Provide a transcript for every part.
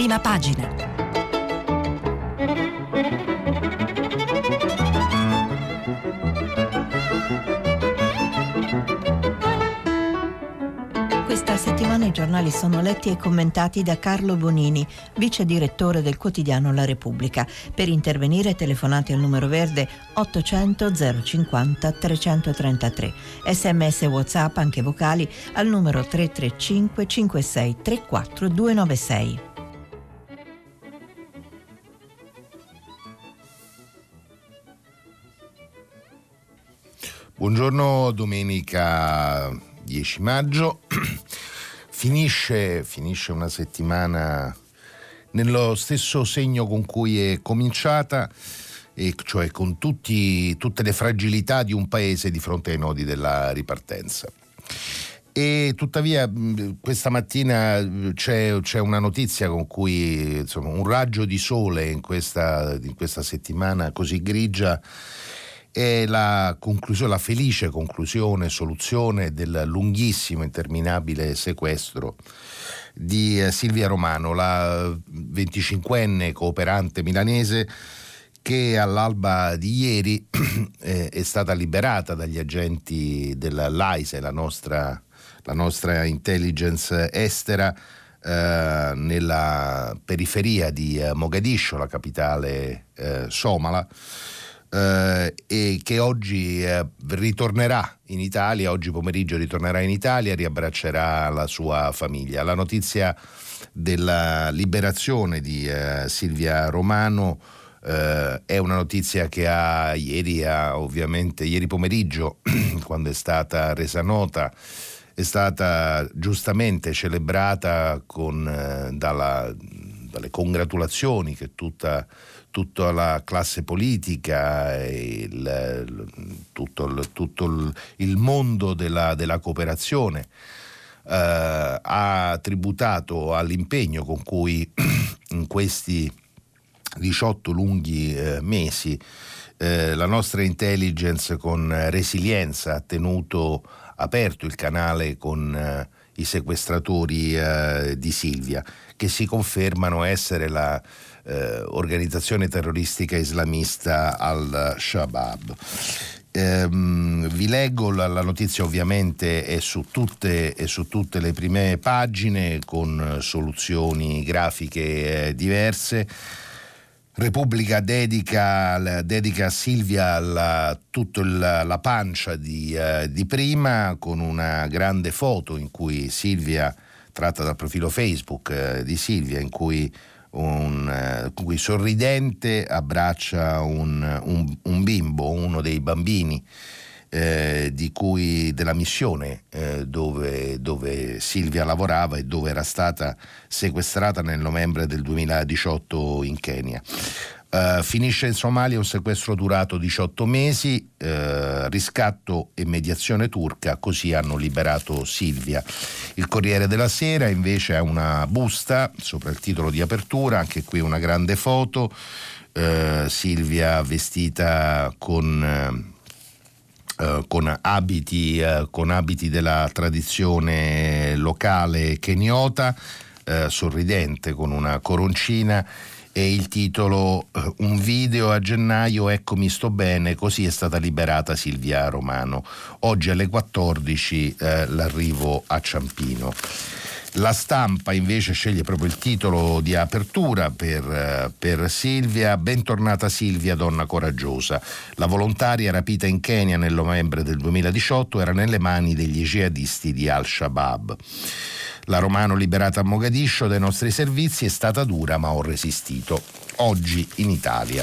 Prima pagina. Questa settimana i giornali sono letti e commentati da Carlo Bonini, vice direttore del quotidiano La Repubblica. Per intervenire telefonate al numero verde 800 050 333. SMS e WhatsApp anche vocali al numero 335 56 34 296. Buongiorno, domenica 10 maggio. Finisce una settimana nello stesso segno con cui è cominciata, e cioè con tutte le fragilità di un paese di fronte ai nodi della ripartenza. E tuttavia questa mattina c'è una notizia con cui, insomma, un raggio di sole in questa settimana così grigia è la felice conclusione, soluzione del lunghissimo, interminabile sequestro di Silvia Romano, la 25enne cooperante milanese che all'alba di ieri è stata liberata dagli agenti dell'AISE, la nostra intelligence estera, nella periferia di Mogadiscio, la capitale somala, e che oggi ritornerà in Italia, oggi pomeriggio ritornerà in Italia, riabbraccerà la sua famiglia. La notizia della liberazione di Silvia Romano è una notizia che ovviamente ieri pomeriggio, quando è stata resa nota, è stata giustamente celebrata dalle congratulazioni che tutta la classe politica e tutto il mondo della cooperazione ha tributato all'impegno con cui in questi 18 lunghi mesi la nostra intelligence con resilienza ha tenuto aperto il canale con i sequestratori di Silvia, che si confermano essere la organizzazione terroristica islamista Al-Shabaab. Vi leggo la notizia, ovviamente è su tutte le prime pagine con soluzioni grafiche diverse. Repubblica dedica a Silvia tutta la pancia di prima, con una grande foto in cui Silvia, tratta dal profilo Facebook di Silvia, in cui sorridente abbraccia un bimbo, uno dei bambini della missione dove Silvia lavorava e dove era stata sequestrata nel novembre del 2018 in Kenya. Finisce in Somalia un sequestro durato 18 mesi, riscatto e mediazione turca, così hanno liberato Silvia. Il Corriere della Sera invece ha una busta sopra il titolo di apertura, anche qui una grande foto, Silvia vestita con abiti della tradizione locale keniota, sorridente con una coroncina, e il titolo "Un video a gennaio, eccomi sto bene, così è stata liberata Silvia Romano. Oggi alle 14 l'arrivo a Ciampino". La Stampa invece sceglie proprio il titolo di apertura per Silvia: "Bentornata Silvia, donna coraggiosa. La volontaria rapita in Kenya nel novembre del 2018 era nelle mani degli jihadisti di Al-Shabaab. La Romano liberata a Mogadiscio dai nostri servizi, è stata dura ma ho resistito. Oggi in Italia".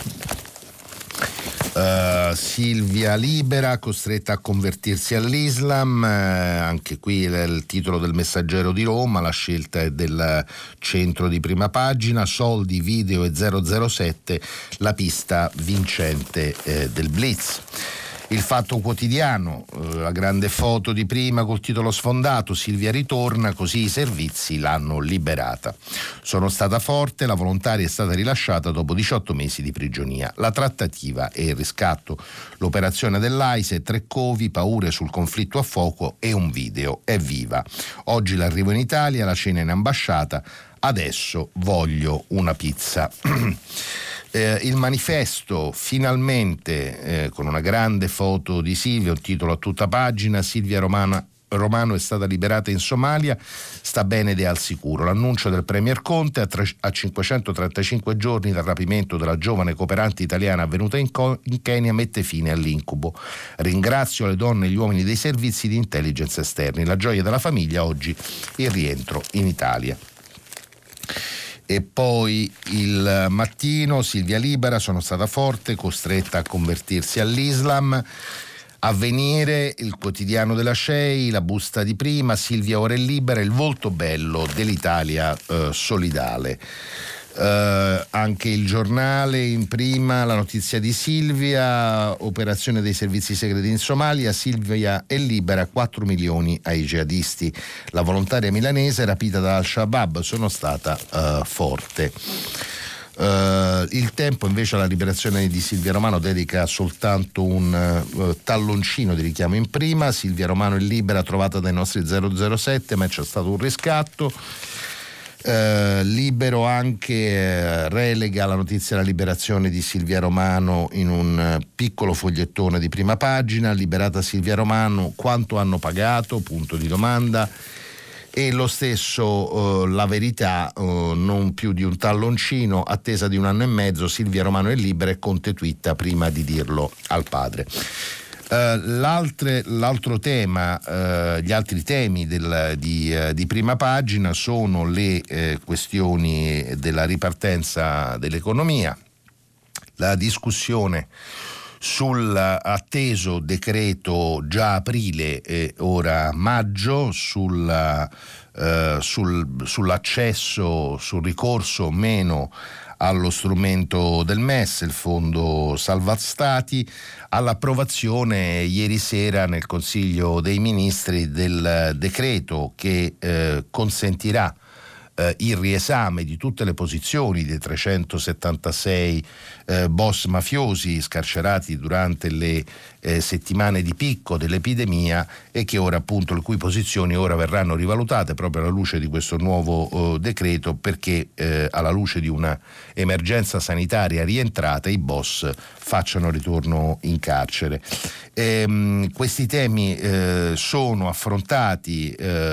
Silvia libera, costretta a convertirsi all'Islam, anche qui il titolo del Messaggero di Roma, la scelta è del centro di prima pagina. Soldi, video e 007, la pista vincente del Blitz. Il Fatto Quotidiano, la grande foto di prima col titolo sfondato, Silvia ritorna, così i servizi l'hanno liberata. Sono stata forte, la volontaria è stata rilasciata dopo 18 mesi di prigionia. La trattativa e il riscatto, l'operazione dell'AISE, 3 covi, paure sul conflitto a fuoco e un video. È viva. Oggi l'arrivo in Italia, la cena in ambasciata, adesso voglio una pizza. Il Manifesto, finalmente, con una grande foto di Silvia, un titolo a tutta pagina, Silvia Romano è stata liberata in Somalia, sta bene ed è al sicuro. L'annuncio del Premier Conte a 535 giorni dal rapimento della giovane cooperante italiana avvenuta in Kenya mette fine all'incubo. Ringrazio le donne e gli uomini dei servizi di intelligence esterni. La gioia della famiglia oggi, il rientro in Italia. E poi il Mattino, Silvia libera, sono stata forte, costretta a convertirsi all'Islam. Avvenire, il quotidiano della CEI, la busta di prima, Silvia ora è libera, il volto bello dell'Italia solidale. Anche il Giornale in prima, la notizia di Silvia, operazione dei servizi segreti in Somalia, Silvia è libera, 4 milioni ai jihadisti. La volontaria milanese rapita da Al-Shabaab, sono stata forte. Il Tempo invece alla liberazione di Silvia Romano dedica soltanto un talloncino di richiamo in prima. Silvia Romano è libera, trovata dai nostri 007, ma c'è stato un riscatto. Libero anche relega la notizia della liberazione di Silvia Romano in un piccolo fogliettone di prima pagina. Liberata Silvia Romano, quanto hanno pagato? Punto di domanda. E lo stesso La Verità, non più di un talloncino, attesa di 1 anno e mezzo, Silvia Romano è libera e Conte twitta prima di dirlo al padre. L'altro tema, gli altri temi di prima pagina sono le questioni della ripartenza dell'economia, la discussione sull'atteso decreto già aprile e ora maggio, sull'accesso, sul ricorso o meno allo strumento del MES, il Fondo Salva Stati, all'approvazione ieri sera nel Consiglio dei Ministri del decreto che consentirà il riesame di tutte le posizioni dei 376 boss mafiosi scarcerati durante le settimane di picco dell'epidemia e che ora appunto le cui posizioni ora verranno rivalutate proprio alla luce di questo nuovo decreto, perché alla luce di una emergenza sanitaria rientrata i boss facciano ritorno in carcere. Questi temi sono affrontati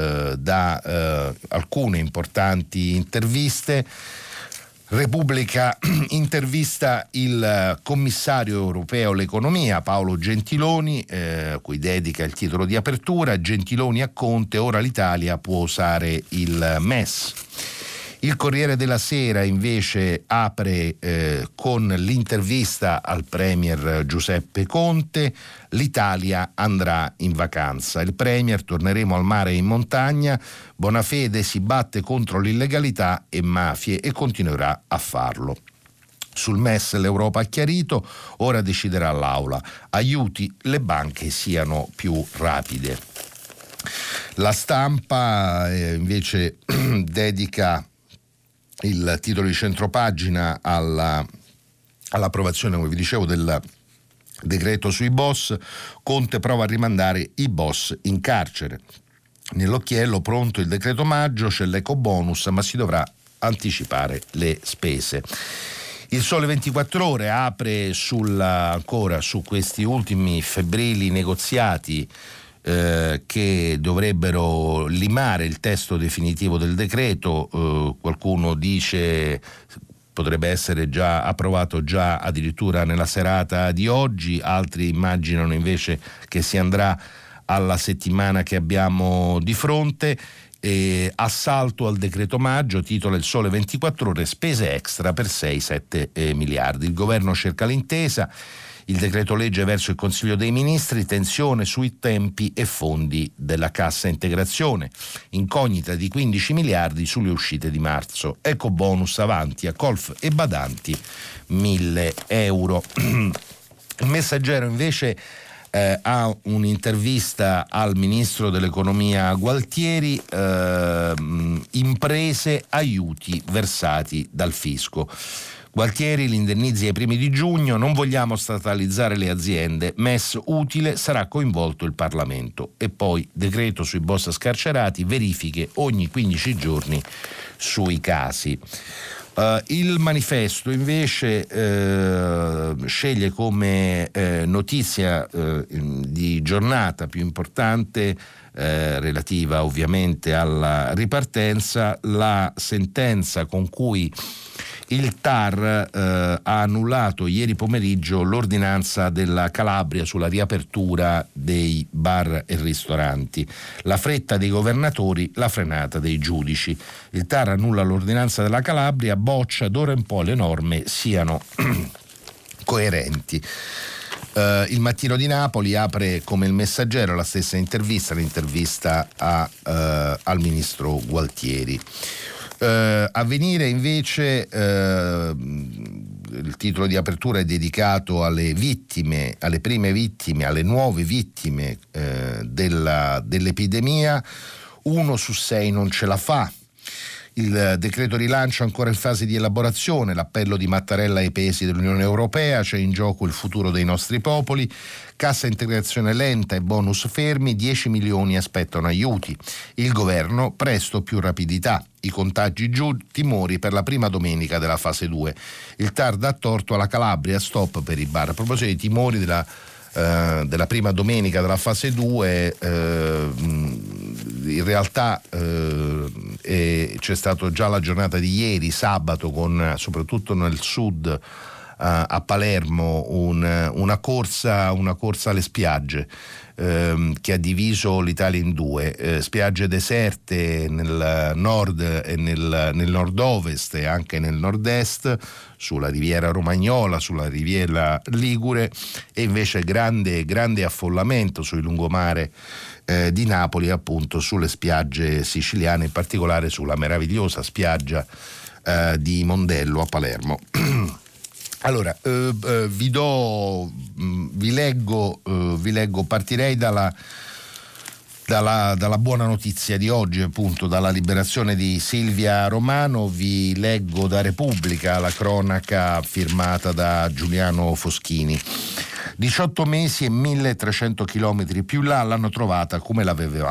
da alcune importanti interviste. Repubblica intervista il commissario europeo all'economia Paolo Gentiloni, a cui dedica il titolo di apertura. Gentiloni a Conte, ora l'Italia può usare il MES. Il Corriere della Sera invece apre con l'intervista al premier Giuseppe Conte. L'Italia andrà in vacanza. Il premier: torneremo al mare e in montagna. Bonafede si batte contro l'illegalità e mafie e continuerà a farlo. Sul MES l'Europa ha chiarito, ora deciderà l'Aula. Aiuti, le banche siano più rapide. La Stampa invece dedica il titolo di centropagina all'approvazione, come vi dicevo, del decreto sui boss. Conte prova a rimandare i boss in carcere. Nell'occhiello pronto il decreto maggio, c'è l'ecobonus, ma si dovrà anticipare le spese. Il Sole 24 Ore apre ancora su questi ultimi febbrili negoziati che dovrebbero limare il testo definitivo del decreto. Qualcuno dice potrebbe essere già approvato già addirittura nella serata di oggi, altri immaginano invece che si andrà alla settimana che abbiamo di fronte. Assalto al decreto maggio, titola il Sole 24 Ore, spese extra per 6-7 miliardi. Il governo cerca l'intesa. Il decreto legge verso il Consiglio dei Ministri, tensione sui tempi e fondi della cassa integrazione, incognita di 15 miliardi sulle uscite di marzo, eco bonus avanti a colf e badanti 1.000 euro. Il Messaggero invece ha un'intervista al ministro dell'economia Gualtieri, imprese, aiuti versati dal fisco. Gualtieri, gli indennizzi ai primi di giugno, non vogliamo statalizzare le aziende, MES utile, sarà coinvolto il Parlamento. E poi decreto sui boss scarcerati, verifiche ogni 15 giorni sui casi. Il Manifesto invece sceglie come notizia di giornata più importante, relativa ovviamente alla ripartenza, la sentenza con cui il TAR ha annullato ieri pomeriggio l'ordinanza della Calabria sulla riapertura dei bar e ristoranti. La fretta dei governatori, la frenata dei giudici. Il TAR annulla l'ordinanza della Calabria, boccia d'ora in poi le norme siano coerenti. Il Mattino di Napoli apre come il Messaggero la stessa intervista, l'intervista al ministro Gualtieri. Avvenire invece, il titolo di apertura è dedicato alle vittime, alle prime vittime, alle nuove vittime dell'epidemia. 1 su 6 non ce la fa. Il decreto rilancio ancora in fase di elaborazione, l'appello di Mattarella ai paesi dell'Unione Europea, c'è in gioco il futuro dei nostri popoli, cassa integrazione lenta e bonus fermi, 10 milioni aspettano aiuti, il governo presto più rapidità, i contagi giù, timori per la prima domenica della fase 2, il TAR dà torto alla Calabria, stop per i bar. A proposito dei timori della prima domenica della fase 2, in realtà c'è stato già la giornata di ieri, sabato, con soprattutto nel sud, a Palermo, una corsa alle spiagge che ha diviso l'Italia in due, spiagge deserte nel nord e nel nord-ovest e anche nel nord-est, sulla riviera romagnola, sulla riviera ligure, e invece grande affollamento sui lungomare di Napoli, appunto sulle spiagge siciliane, in particolare sulla meravigliosa spiaggia di Mondello a Palermo. Allora, vi leggo, partirei dalla buona notizia di oggi, appunto dalla liberazione di Silvia Romano. Vi leggo da Repubblica la cronaca firmata da Giuliano Foschini. 18 mesi e 1300 chilometri più là l'hanno trovata come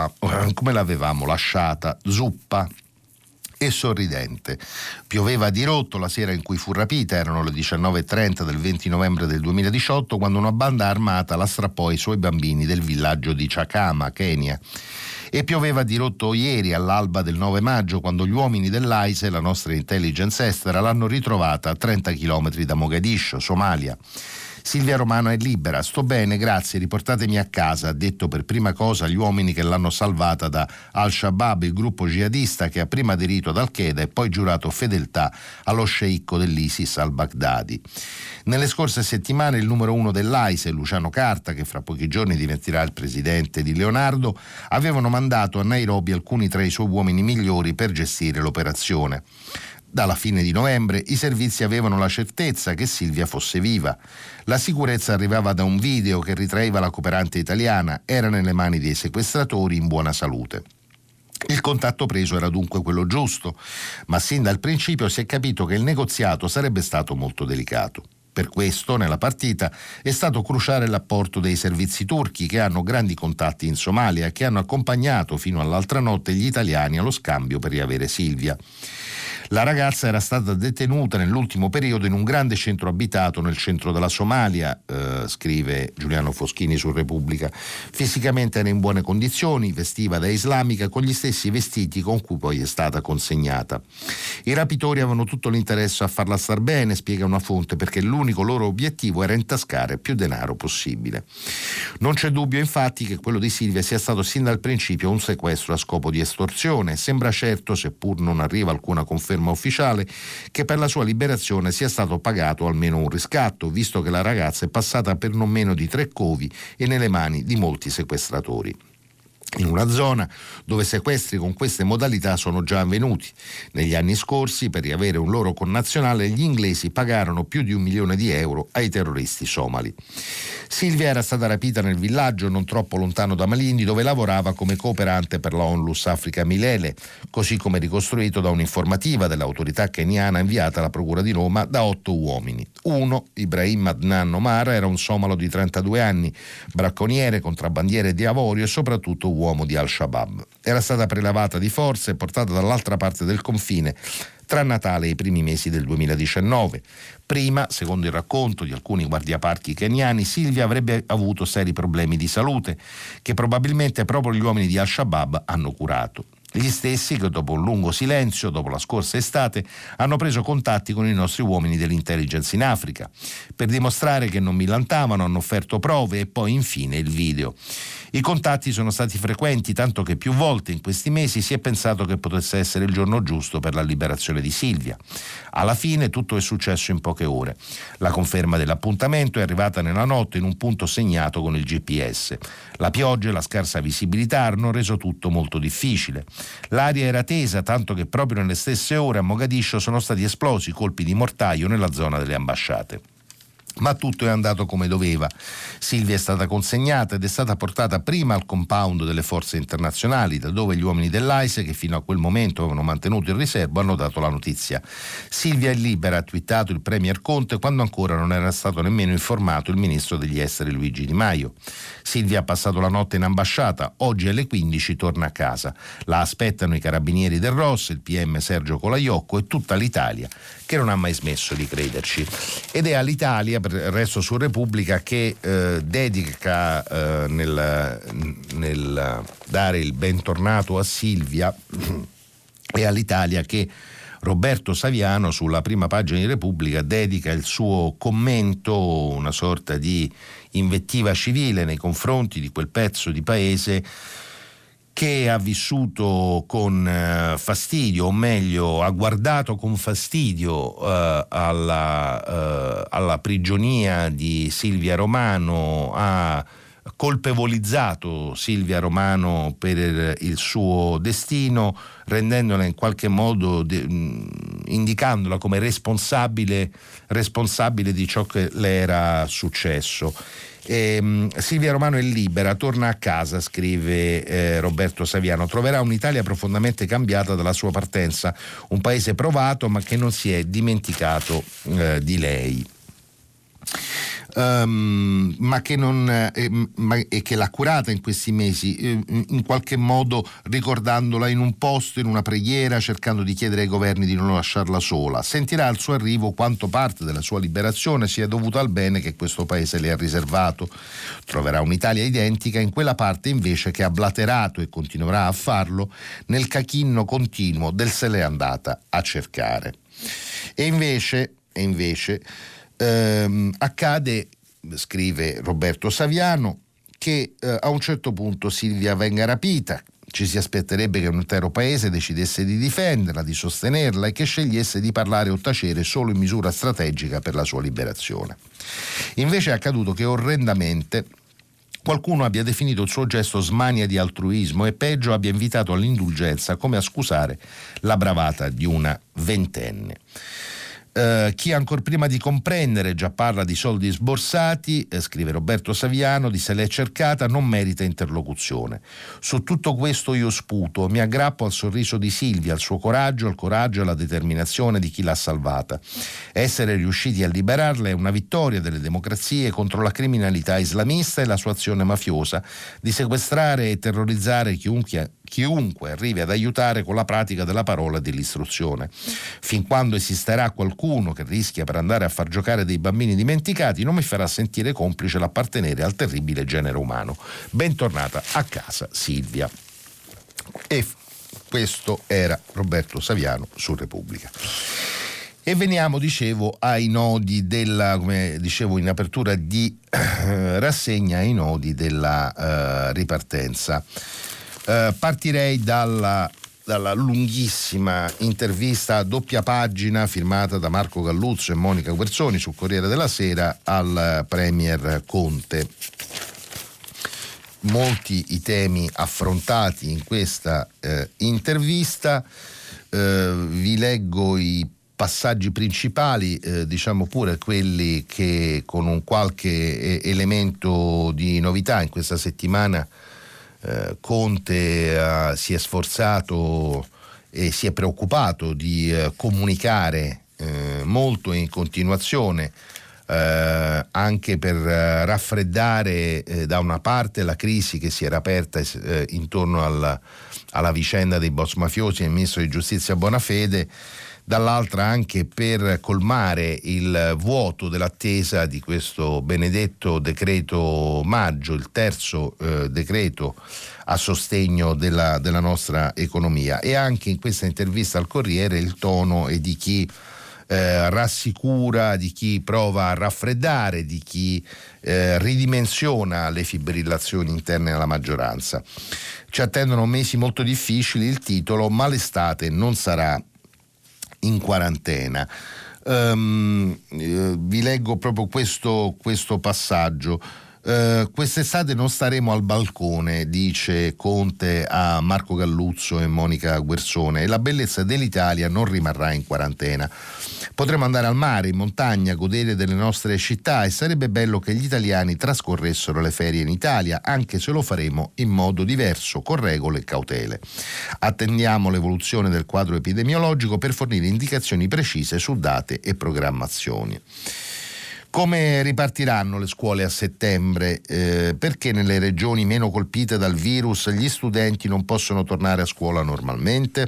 l'avevamo lasciata, zuppa e sorridente. Pioveva a dirotto la sera in cui fu rapita, erano le 19:30 del 20 novembre del 2018, quando una banda armata la strappò ai suoi bambini del villaggio di Chakama, Kenya. E pioveva a dirotto ieri all'alba del 9 maggio, quando gli uomini dell'AISE, la nostra intelligence estera, l'hanno ritrovata a 30 chilometri da Mogadiscio, Somalia. Silvia Romano è libera, sto bene, grazie, riportatemi a casa, ha detto per prima cosa agli uomini che l'hanno salvata da Al-Shabaab, il gruppo jihadista che ha prima aderito ad Al-Qaeda e poi giurato fedeltà allo sceicco dell'ISIS al-Baghdadi. Nelle scorse settimane il numero 1 dell'AISE, Luciano Carta, che fra pochi giorni diventerà il presidente di Leonardo, avevano mandato a Nairobi alcuni tra i suoi uomini migliori per gestire l'operazione. Dalla fine di novembre i servizi avevano la certezza che Silvia fosse viva. La sicurezza arrivava da un video che ritraeva la cooperante italiana, era nelle mani dei sequestratori in buona salute. Il contatto preso era dunque quello giusto, ma sin dal principio si è capito che il negoziato sarebbe stato molto delicato. Per questo, nella partita, è stato cruciale l'apporto dei servizi turchi che hanno grandi contatti in Somalia e che hanno accompagnato fino all'altra notte gli italiani allo scambio per riavere Silvia. La ragazza era stata detenuta nell'ultimo periodo in un grande centro abitato nel centro della Somalia, scrive Giuliano Foschini su Repubblica. Fisicamente era in buone condizioni, vestiva da islamica con gli stessi vestiti con cui poi è stata consegnata. I rapitori avevano tutto l'interesse a farla star bene, spiega una fonte, perché l'unico loro obiettivo era intascare più denaro possibile. Non c'è dubbio infatti che quello di Silvia sia stato sin dal principio un sequestro a scopo di estorsione. Sembra certo, seppur non arriva alcuna conferma ufficiale, che per la sua liberazione sia stato pagato almeno un riscatto, visto che la ragazza è passata per non meno di 3 covi e nelle mani di molti sequestratori. in una zona dove sequestri con queste modalità sono già avvenuti. Negli anni scorsi, per riavere un loro connazionale, gli inglesi pagarono più di €1 milione ai terroristi somali. Silvia era stata rapita nel villaggio non troppo lontano da Malindi, dove lavorava come cooperante per la Onlus Africa Milele, così come ricostruito da un'informativa dell'autorità keniana inviata alla procura di Roma da 8 uomini. Uno, Ibrahim Adnan Omar, era un somalo di 32 anni, bracconiere, contrabbandiere di avorio e soprattutto uomo di Al-Shabaab. Era stata prelevata di forza e portata dall'altra parte del confine tra Natale e i primi mesi del 2019. Prima, secondo il racconto di alcuni guardiaparchi keniani, Silvia avrebbe avuto seri problemi di salute che probabilmente proprio gli uomini di Al-Shabaab hanno curato. Gli stessi che dopo un lungo silenzio, dopo la scorsa estate, hanno preso contatti con i nostri uomini dell'intelligence in Africa. Per dimostrare che non millantavano, hanno offerto prove e poi infine il video. I contatti sono stati frequenti, tanto che più volte in questi mesi si è pensato che potesse essere il giorno giusto per la liberazione di Silvia. Alla fine tutto è successo in poche ore. La conferma dell'appuntamento è arrivata nella notte in un punto segnato con il GPS. La pioggia e la scarsa visibilità hanno reso tutto molto difficile. L'aria era tesa, tanto che proprio nelle stesse ore a Mogadiscio sono stati esplosi colpi di mortaio nella zona delle ambasciate. Ma tutto è andato come doveva. Silvia è stata consegnata ed è stata portata prima al compound delle forze internazionali, da dove gli uomini dell'AISE, che fino a quel momento avevano mantenuto il riservo, hanno dato la notizia. Silvia è libera, ha twittato il premier Conte quando ancora non era stato nemmeno informato il ministro degli esteri Luigi Di Maio. Silvia ha passato la notte in ambasciata, oggi alle 15 torna a casa. La aspettano i carabinieri del ROS, il PM Sergio Colaiocco e tutta l'Italia, che non ha mai smesso di crederci. Ed è all'Italia, per il resto su Repubblica, che dedica nel dare il bentornato a Silvia, è all'Italia che Roberto Saviano sulla prima pagina di Repubblica dedica il suo commento, una sorta di invettiva civile nei confronti di quel pezzo di paese che ha vissuto con fastidio, o meglio ha guardato con fastidio alla prigionia di Silvia Romano, ha colpevolizzato Silvia Romano per il suo destino, rendendola in qualche modo, indicandola come responsabile di ciò che le era successo. Silvia Romano è libera, torna a casa, scrive Roberto Saviano, troverà un'Italia profondamente cambiata dalla sua partenza, un paese provato ma che non si è dimenticato di lei. Ma che l'ha curata in questi mesi, in qualche modo ricordandola in un posto, in una preghiera, cercando di chiedere ai governi di non lasciarla sola. Sentirà al suo arrivo quanto parte della sua liberazione sia dovuta al bene che questo paese le ha riservato. Troverà un'Italia identica in quella parte invece che ha blaterato e continuerà a farlo nel cachinno continuo del se l'è andata a cercare. E invece accade, scrive Roberto Saviano, che a un certo punto Silvia venga rapita. Ci si aspetterebbe che un intero paese decidesse di difenderla, di sostenerla e che scegliesse di parlare o tacere solo in misura strategica per la sua liberazione. Invece è accaduto che orrendamente qualcuno abbia definito il suo gesto smania di altruismo e peggio abbia invitato all'indulgenza come a scusare la bravata di una ventenne. Chi ancor prima di comprendere già parla di soldi sborsati, scrive Roberto Saviano, di se l'è cercata, non merita interlocuzione. Su tutto questo io sputo, mi aggrappo al sorriso di Silvia, al suo coraggio, al coraggio e alla determinazione di chi l'ha salvata. Essere riusciti a liberarla è una vittoria delle democrazie contro la criminalità islamista e la sua azione mafiosa di sequestrare e terrorizzare chiunque arrivi ad aiutare con la pratica della parola e dell'istruzione. Fin quando esisterà qualcuno che rischia per andare a far giocare dei bambini dimenticati, non mi farà sentire complice l'appartenere al terribile genere umano. Bentornata a casa, Silvia. E questo era Roberto Saviano su Repubblica. E veniamo, ai nodi della, come dicevo in apertura di rassegna, ai nodi della ripartenza. Partirei dalla lunghissima intervista a doppia pagina firmata da Marco Galluzzo e Monica Guerzoni sul Corriere della Sera al premier Conte. molti i temi affrontati in questa intervista. Vi leggo i passaggi principali, diciamo pure quelli che con un qualche elemento di novità in questa settimana Conte si è sforzato e si è preoccupato di comunicare molto in continuazione, anche per raffreddare da una parte la crisi che si era aperta intorno alla vicenda dei boss mafiosi e il ministro di giustizia Bonafede, dall'altra anche per colmare il vuoto dell'attesa di questo benedetto decreto maggio, il terzo decreto a sostegno della nostra economia. E anche in questa intervista al Corriere il tono è di chi rassicura, di chi prova a raffreddare, di chi ridimensiona le fibrillazioni interne alla maggioranza. Ci attendono mesi molto difficili, il titolo: ma l'estate non sarà in quarantena. Vi leggo proprio questo passaggio. Quest'estate non staremo al balcone, dice Conte a Marco Galluzzo e Monica Guersone, e la bellezza dell'Italia non rimarrà in quarantena. Potremo andare al mare, in montagna, godere delle nostre città, e sarebbe bello che gli italiani trascorressero le ferie in Italia, anche se lo faremo in modo diverso, con regole e cautele. Attendiamo l'evoluzione del quadro epidemiologico per fornire indicazioni precise su date e programmazioni. Come ripartiranno le scuole a settembre? Perché nelle regioni meno colpite dal virus gli studenti non possono tornare a scuola normalmente?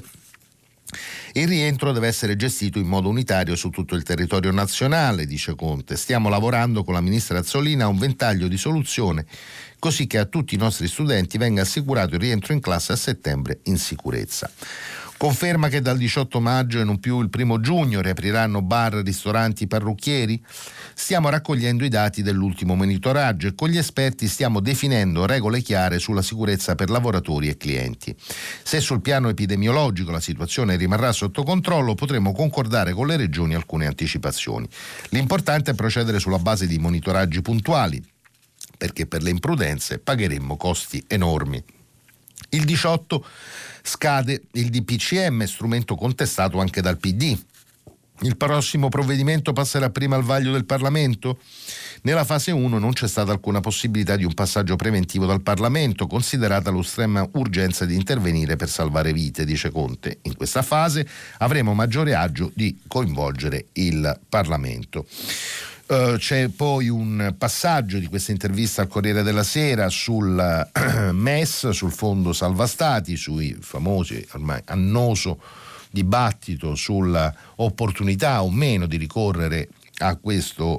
Il rientro deve essere gestito in modo unitario su tutto il territorio nazionale, dice Conte. Stiamo lavorando con la ministra Azzolina a un ventaglio di soluzione, così che a tutti i nostri studenti venga assicurato il rientro in classe a settembre in sicurezza. Conferma che dal 18 maggio e non più il 1 giugno riapriranno bar, ristoranti, parrucchieri? Stiamo raccogliendo i dati dell'ultimo monitoraggio e con gli esperti stiamo definendo regole chiare sulla sicurezza per lavoratori e clienti. Se sul piano epidemiologico la situazione rimarrà sotto controllo, potremo concordare con le regioni alcune anticipazioni. L'importante è procedere sulla base di monitoraggi puntuali, perché per le imprudenze pagheremmo costi enormi. Il 18 scade il DPCM, strumento contestato anche dal PD. Il prossimo provvedimento passerà prima al vaglio del Parlamento? Nella fase 1 non c'è stata alcuna possibilità di un passaggio preventivo dal Parlamento, considerata l'estrema urgenza di intervenire per salvare vite, dice Conte. In questa fase avremo maggiore agio di coinvolgere il Parlamento. C'è poi un passaggio di questa intervista al Corriere della Sera sul MES, sul Fondo Salva Stati, sui famosi, ormai annoso dibattito sulla opportunità o meno di ricorrere a questo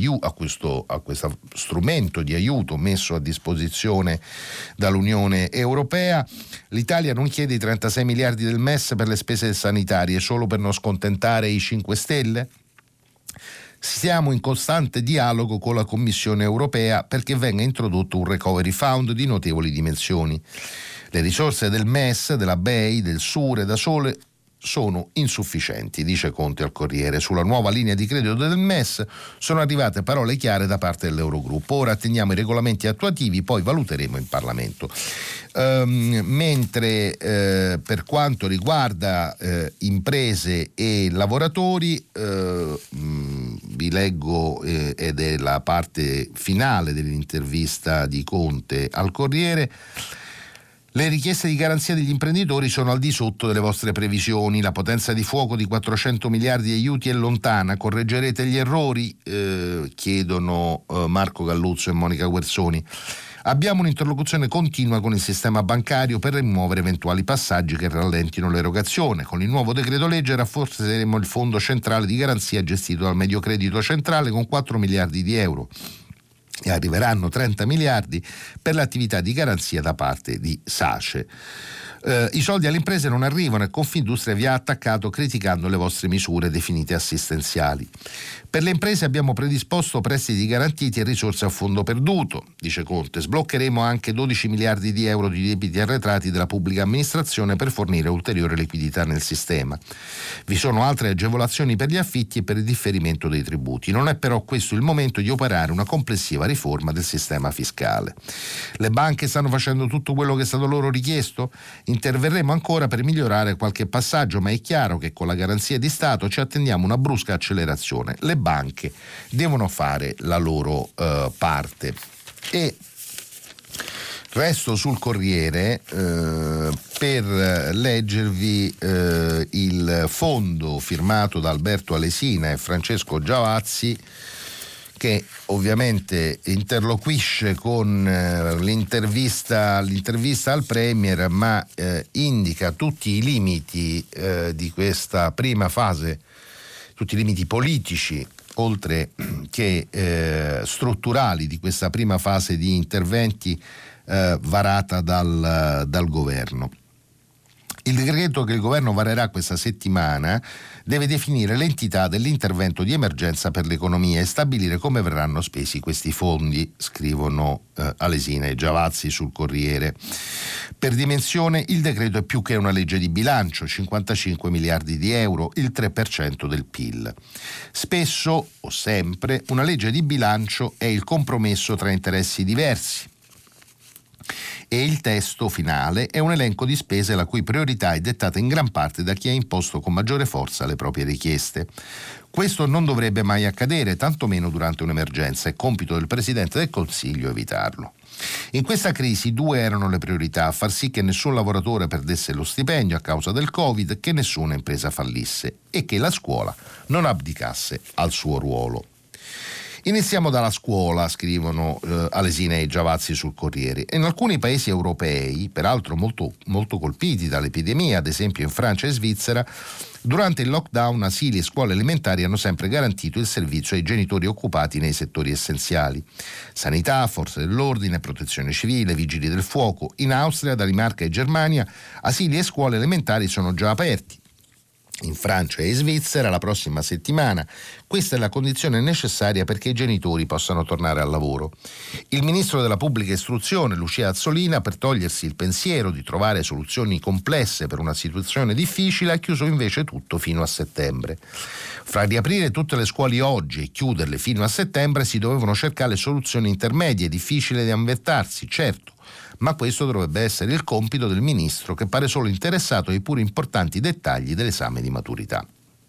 strumento di aiuto messo a disposizione dall'Unione Europea. L'Italia non chiede i 36 miliardi del MES per le spese sanitarie solo per non scontentare i 5 Stelle? Siamo in costante dialogo con la Commissione Europea perché venga introdotto un recovery fund di notevoli dimensioni. Le risorse del MES, della BEI, del SURE da sole sono insufficienti, dice Conte al Corriere. Sulla nuova linea di credito del MES sono arrivate parole chiare da parte dell'Eurogruppo. Ora attendiamo i regolamenti attuativi, poi valuteremo in Parlamento. Mentre per quanto riguarda imprese e lavoratori, vi leggo ed è la parte finale dell'intervista di Conte al Corriere. Le richieste di garanzia degli imprenditori sono al di sotto delle vostre previsioni. La potenza di fuoco di 400 miliardi di aiuti è lontana. Correggerete gli errori? Chiedono Marco Galluzzo e Monica Guersoni. Abbiamo un'interlocuzione continua con il sistema bancario per rimuovere eventuali passaggi che rallentino l'erogazione. Con il nuovo decreto legge rafforzeremo il fondo centrale di garanzia gestito dal Mediocredito Centrale con 4 miliardi di euro. E arriveranno 30 miliardi per l'attività di garanzia da parte di SACE. I soldi alle imprese non arrivano e Confindustria vi ha attaccato criticando le vostre misure definite assistenziali. Per le imprese abbiamo predisposto prestiti garantiti e risorse a fondo perduto, dice Conte. Sbloccheremo anche 12 miliardi di euro di debiti arretrati della pubblica amministrazione per fornire ulteriore liquidità nel sistema. Vi sono altre agevolazioni per gli affitti e per il differimento dei tributi. Non è però questo il momento di operare una complessiva riforma del sistema fiscale. Le banche stanno facendo tutto quello che è stato loro richiesto? Interverremo ancora per migliorare qualche passaggio, ma è chiaro che con la garanzia di Stato ci attendiamo una brusca accelerazione. Le banche devono fare la loro parte. E resto sul Corriere per leggervi il fondo firmato da Alberto Alesina e Francesco Giavazzi, che ovviamente interloquisce con l'intervista al Premier, ma indica tutti i limiti di questa prima fase, tutti i limiti politici oltre che strutturali di questa prima fase di interventi varata dal governo. Il decreto che il governo varerà questa settimana deve definire l'entità dell'intervento di emergenza per l'economia e stabilire come verranno spesi questi fondi, scrivono Alesina e Giavazzi sul Corriere. Per dimensione il decreto è più che una legge di bilancio, 55 miliardi di euro, il 3% del PIL. Spesso, o sempre, una legge di bilancio è il compromesso tra interessi diversi. E il testo finale è un elenco di spese la cui priorità è dettata in gran parte da chi ha imposto con maggiore forza le proprie richieste. Questo non dovrebbe mai accadere, tantomeno durante un'emergenza, è compito del Presidente del Consiglio evitarlo. In questa crisi 2 erano le priorità: far sì che nessun lavoratore perdesse lo stipendio a causa del Covid, che nessuna impresa fallisse e che la scuola non abdicasse al suo ruolo. Iniziamo dalla scuola, scrivono Alesina e Giavazzi sul Corriere. In alcuni paesi europei, peraltro molto, molto colpiti dall'epidemia, ad esempio in Francia e Svizzera, durante il lockdown asili e scuole elementari hanno sempre garantito il servizio ai genitori occupati nei settori essenziali. Sanità, forze dell'ordine, protezione civile, vigili del fuoco. In Austria, Danimarca e Germania asili e scuole elementari sono già aperti. In Francia e Svizzera la prossima settimana. Questa è la condizione necessaria perché i genitori possano tornare al lavoro. Il ministro della pubblica istruzione, Lucia Azzolina, per togliersi il pensiero di trovare soluzioni complesse per una situazione difficile, ha chiuso invece tutto fino a settembre. Fra riaprire tutte le scuole oggi e chiuderle fino a settembre si dovevano cercare soluzioni intermedie, difficili da inventarsi, certo. Ma questo dovrebbe essere il compito del ministro, che pare solo interessato ai pur importanti dettagli dell'esame di maturità.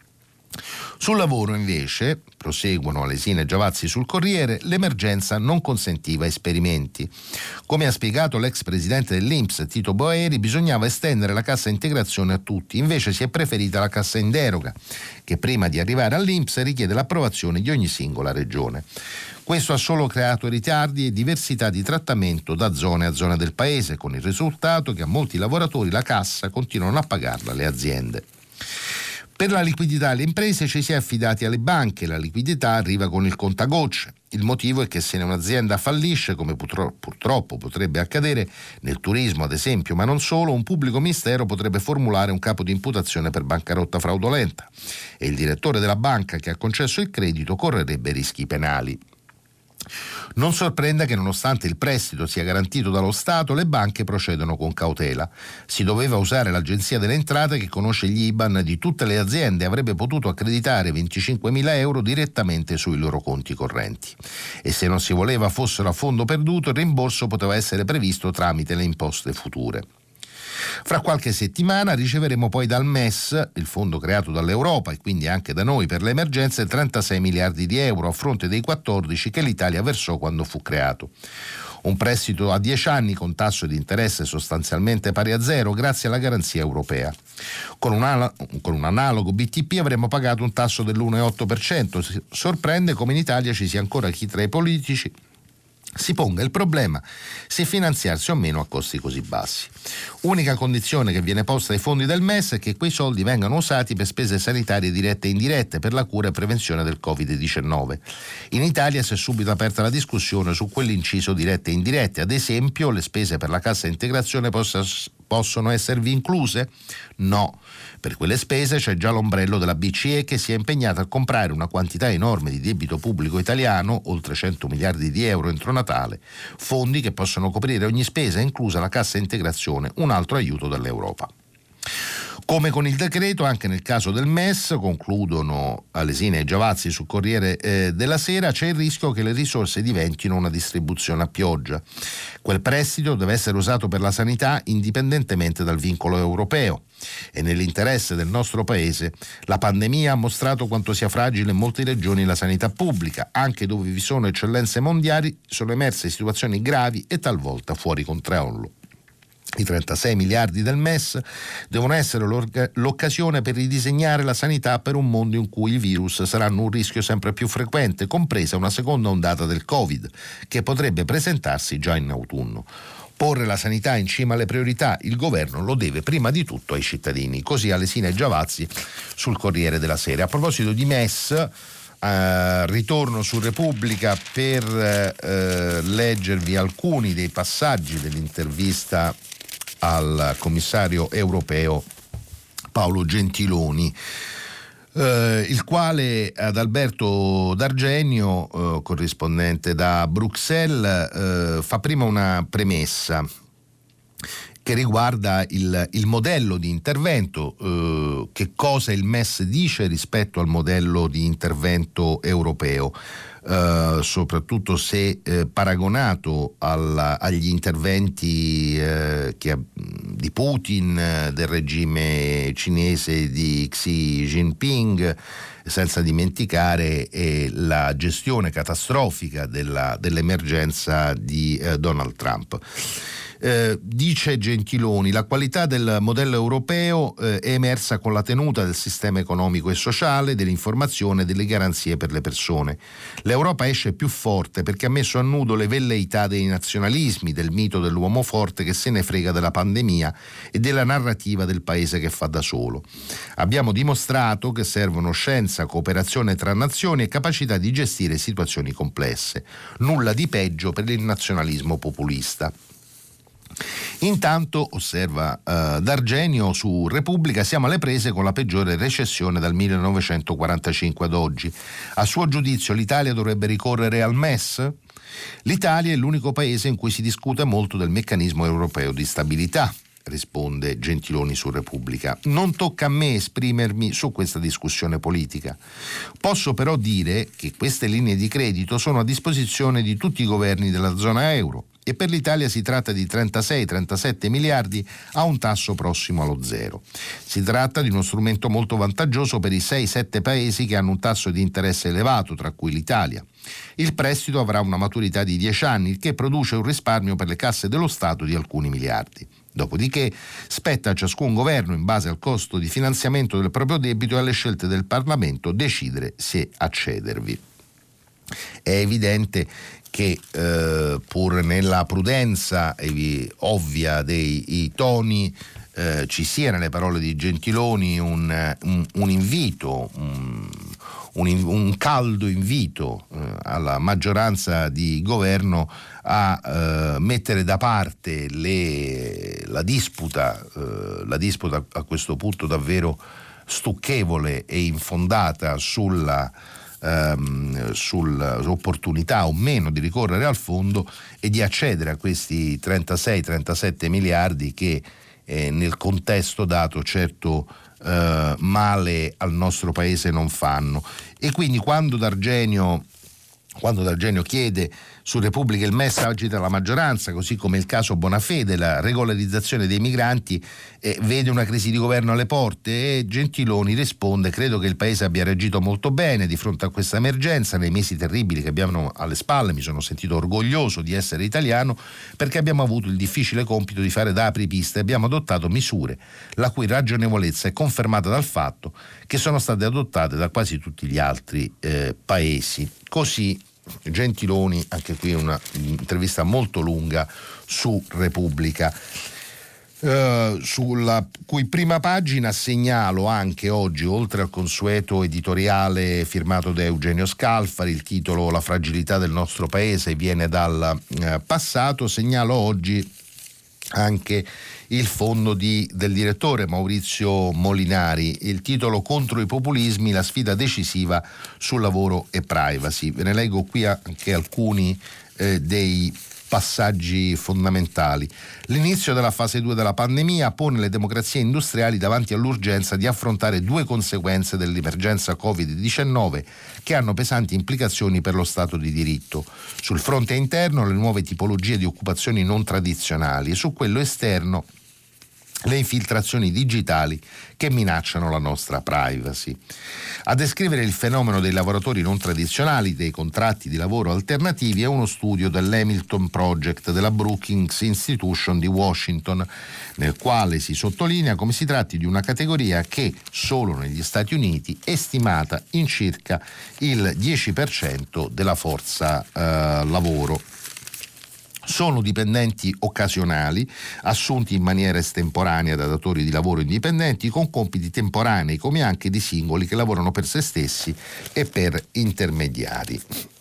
Sul lavoro invece, proseguono Alesina e Giavazzi sul Corriere, l'emergenza non consentiva esperimenti. Come ha spiegato l'ex presidente dell'INPS Tito Boeri, bisognava estendere la cassa integrazione a tutti, invece si è preferita la cassa in deroga, che prima di arrivare all'INPS richiede l'approvazione di ogni singola regione. Questo ha solo creato ritardi e diversità di trattamento da zone a zone del paese, con il risultato che a molti lavoratori la cassa continuano a pagarla le aziende. Per la liquidità alle imprese ci si è affidati alle banche, la liquidità arriva con il contagocce. Il motivo è che se un'azienda fallisce, come purtroppo potrebbe accadere nel turismo ad esempio, ma non solo, un pubblico ministero potrebbe formulare un capo di imputazione per bancarotta fraudolenta e il direttore della banca che ha concesso il credito correrebbe rischi penali. Non sorprenda che nonostante il prestito sia garantito dallo Stato, le banche procedono con cautela. Si doveva usare l'Agenzia delle Entrate che conosce gli IBAN di tutte le aziende e avrebbe potuto accreditare 25.000 euro direttamente sui loro conti correnti. E se non si voleva fossero a fondo perduto, il rimborso poteva essere previsto tramite le imposte future. Fra qualche settimana riceveremo poi dal MES, il fondo creato dall'Europa e quindi anche da noi per le emergenze, 36 miliardi di euro a fronte dei 14 che l'Italia versò quando fu creato. Un prestito a 10 anni con tasso di interesse sostanzialmente pari a zero grazie alla garanzia europea. Con un analogo BTP avremmo pagato un tasso dell'1,8%. Sorprende come in Italia ci sia ancora chi tra i politici si ponga il problema se finanziarsi o meno a costi così bassi. Unica condizione che viene posta ai fondi del MES è che quei soldi vengano usati per spese sanitarie dirette e indirette per la cura e prevenzione del Covid-19. In Italia si è subito aperta la discussione su quell'inciso dirette e indirette, ad esempio le spese per la cassa integrazione Possono esservi incluse? No. Per quelle spese c'è già l'ombrello della BCE che si è impegnata a comprare una quantità enorme di debito pubblico italiano, oltre 100 miliardi di euro entro Natale, fondi che possono coprire ogni spesa, inclusa la cassa integrazione, un altro aiuto dall'Europa. Come con il decreto, anche nel caso del MES, concludono Alesina e Giavazzi sul Corriere della Sera, c'è il rischio che le risorse diventino una distribuzione a pioggia. Quel prestito deve essere usato per la sanità indipendentemente dal vincolo europeo. E nell'interesse del nostro Paese, la pandemia ha mostrato quanto sia fragile in molte regioni la sanità pubblica. Anche dove vi sono eccellenze mondiali, sono emerse situazioni gravi e talvolta fuori controllo. I 36 miliardi del MES devono essere l'occasione per ridisegnare la sanità per un mondo in cui i virus saranno un rischio sempre più frequente, compresa una seconda ondata del Covid, che potrebbe presentarsi già in autunno. Porre la sanità in cima alle priorità, il governo lo deve prima di tutto ai cittadini. Così Alesina e Giavazzi sul Corriere della Sera. A proposito di MES, ritorno su Repubblica per leggervi alcuni dei passaggi dell'intervista al commissario europeo Paolo Gentiloni, il quale ad Alberto D'Argenio, corrispondente da Bruxelles, fa prima una premessa che riguarda il modello di intervento, che cosa il MES dice rispetto al modello di intervento europeo, soprattutto se paragonato agli interventi di Putin, del regime cinese di Xi Jinping, senza dimenticare la gestione catastrofica dell'emergenza di Donald Trump. Dice Gentiloni, la qualità del modello europeo è emersa con la tenuta del sistema economico e sociale, dell'informazione e delle garanzie per le persone. L'Europa esce più forte perché ha messo a nudo le velleità dei nazionalismi, del mito dell'uomo forte che se ne frega della pandemia e della narrativa del paese che fa da solo. Abbiamo dimostrato che servono scienza, cooperazione tra nazioni e capacità di gestire situazioni complesse. Nulla di peggio per il nazionalismo populista. Intanto, osserva D'Argenio su Repubblica, siamo alle prese con la peggiore recessione dal 1945 ad oggi. A suo giudizio l'Italia dovrebbe ricorrere al MES? L'Italia è l'unico paese in cui si discute molto del meccanismo europeo di stabilità, risponde Gentiloni su Repubblica. Non tocca a me esprimermi su questa discussione politica. Posso però dire che queste linee di credito sono a disposizione di tutti i governi della zona euro e per l'Italia si tratta di 36-37 miliardi a un tasso prossimo allo zero. Si tratta di uno strumento molto vantaggioso per i 6-7 paesi che hanno un tasso di interesse elevato, tra cui l'Italia. Il prestito avrà una maturità di 10 anni, il che produce un risparmio per le casse dello Stato di alcuni miliardi. Dopodiché spetta a ciascun governo, in base al costo di finanziamento del proprio debito e alle scelte del Parlamento, decidere se accedervi. È evidente che pur nella prudenza ovvia dei toni ci sia nelle parole di Gentiloni un invito, un caldo invito alla maggioranza di governo a mettere da parte la disputa a questo punto davvero stucchevole e infondata sull'opportunità o meno di ricorrere al fondo e di accedere a questi 36-37 miliardi che nel contesto dato certo male al nostro paese non fanno. E quindi quando D'Argenio chiede su Repubblica il MES agita la maggioranza, così come il caso Bonafede, la regolarizzazione dei migranti, vede una crisi di governo alle porte, e Gentiloni risponde: credo che il paese abbia reagito molto bene di fronte a questa emergenza nei mesi terribili che abbiamo alle spalle. Mi sono sentito orgoglioso di essere italiano perché abbiamo avuto il difficile compito di fare da apripista e abbiamo adottato misure la cui ragionevolezza è confermata dal fatto che sono state adottate da quasi tutti gli altri paesi. Così Gentiloni, anche qui una intervista molto lunga su Repubblica, sulla cui prima pagina segnalo anche oggi, oltre al consueto editoriale firmato da Eugenio Scalfari, il titolo La fragilità del nostro paese viene dal passato, segnalo oggi anche il fondo del direttore Maurizio Molinari. Il titolo: contro i populismi, la sfida decisiva su lavoro e privacy. Ve ne leggo qui anche alcuni dei passaggi fondamentali. L'inizio della fase 2 della pandemia pone le democrazie industriali davanti all'urgenza di affrontare due conseguenze dell'emergenza Covid-19 che hanno pesanti implicazioni per lo Stato di diritto. Sul fronte interno, le nuove tipologie di occupazioni non tradizionali, e su quello esterno, le infiltrazioni digitali che minacciano la nostra privacy. A descrivere il fenomeno dei lavoratori non tradizionali, dei contratti di lavoro alternativi, è uno studio dell'Hamilton Project della Brookings Institution di Washington, nel quale si sottolinea come si tratti di una categoria che solo negli Stati Uniti è stimata in circa il 10% della forza lavoro. Sono dipendenti occasionali, assunti in maniera estemporanea da datori di lavoro indipendenti con compiti temporanei, come anche di singoli che lavorano per se stessi e per intermediari.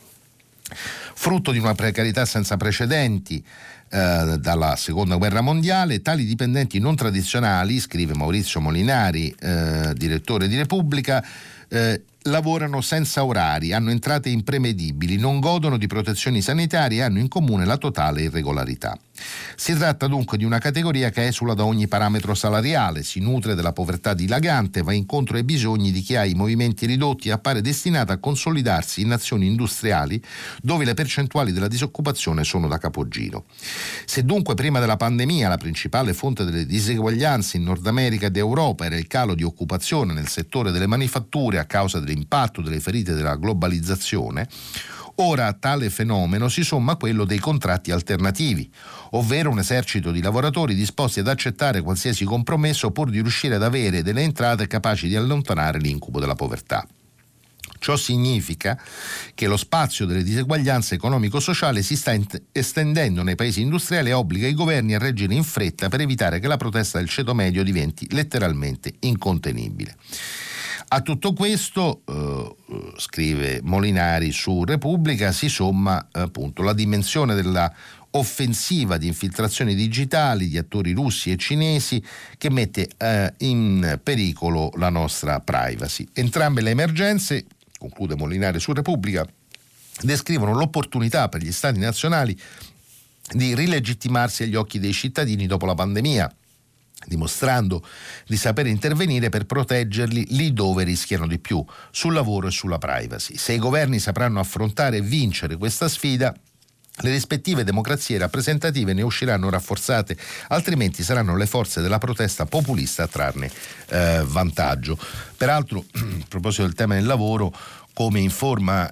Frutto di una precarietà senza precedenti dalla Seconda Guerra Mondiale, tali dipendenti non tradizionali, scrive Maurizio Molinari, direttore di Repubblica, lavorano senza orari, hanno entrate imprevedibili, non godono di protezioni sanitarie e hanno in comune la totale irregolarità. Si tratta dunque di una categoria che esula da ogni parametro salariale, si nutre della povertà dilagante, va incontro ai bisogni di chi ha i movimenti ridotti e appare destinata a consolidarsi in nazioni industriali dove le percentuali della disoccupazione sono da capogiro. Se dunque prima della pandemia la principale fonte delle diseguaglianze in Nord America ed Europa era il calo di occupazione nel settore delle manifatture a causa dell'impatto delle ferite della globalizzazione, ora a tale fenomeno si somma quello dei contratti alternativi, ovvero un esercito di lavoratori disposti ad accettare qualsiasi compromesso pur di riuscire ad avere delle entrate capaci di allontanare l'incubo della povertà. Ciò significa che lo spazio delle diseguaglianze economico-sociali si sta estendendo nei paesi industriali e obbliga i governi a reagire in fretta per evitare che la protesta del ceto medio diventi letteralmente incontenibile. A tutto questo, scrive Molinari su Repubblica, si somma appunto la dimensione della offensiva di infiltrazioni digitali di attori russi e cinesi che mette in pericolo la nostra privacy. Entrambe le emergenze, conclude Molinari su Repubblica, descrivono l'opportunità per gli Stati nazionali di rilegittimarsi agli occhi dei cittadini dopo la pandemia, dimostrando di sapere intervenire per proteggerli lì dove rischiano di più, sul lavoro e sulla privacy. Se i governi sapranno affrontare e vincere questa sfida, le rispettive democrazie rappresentative ne usciranno rafforzate, altrimenti saranno le forze della protesta populista a trarne vantaggio. Peraltro, a proposito del tema del lavoro, come informa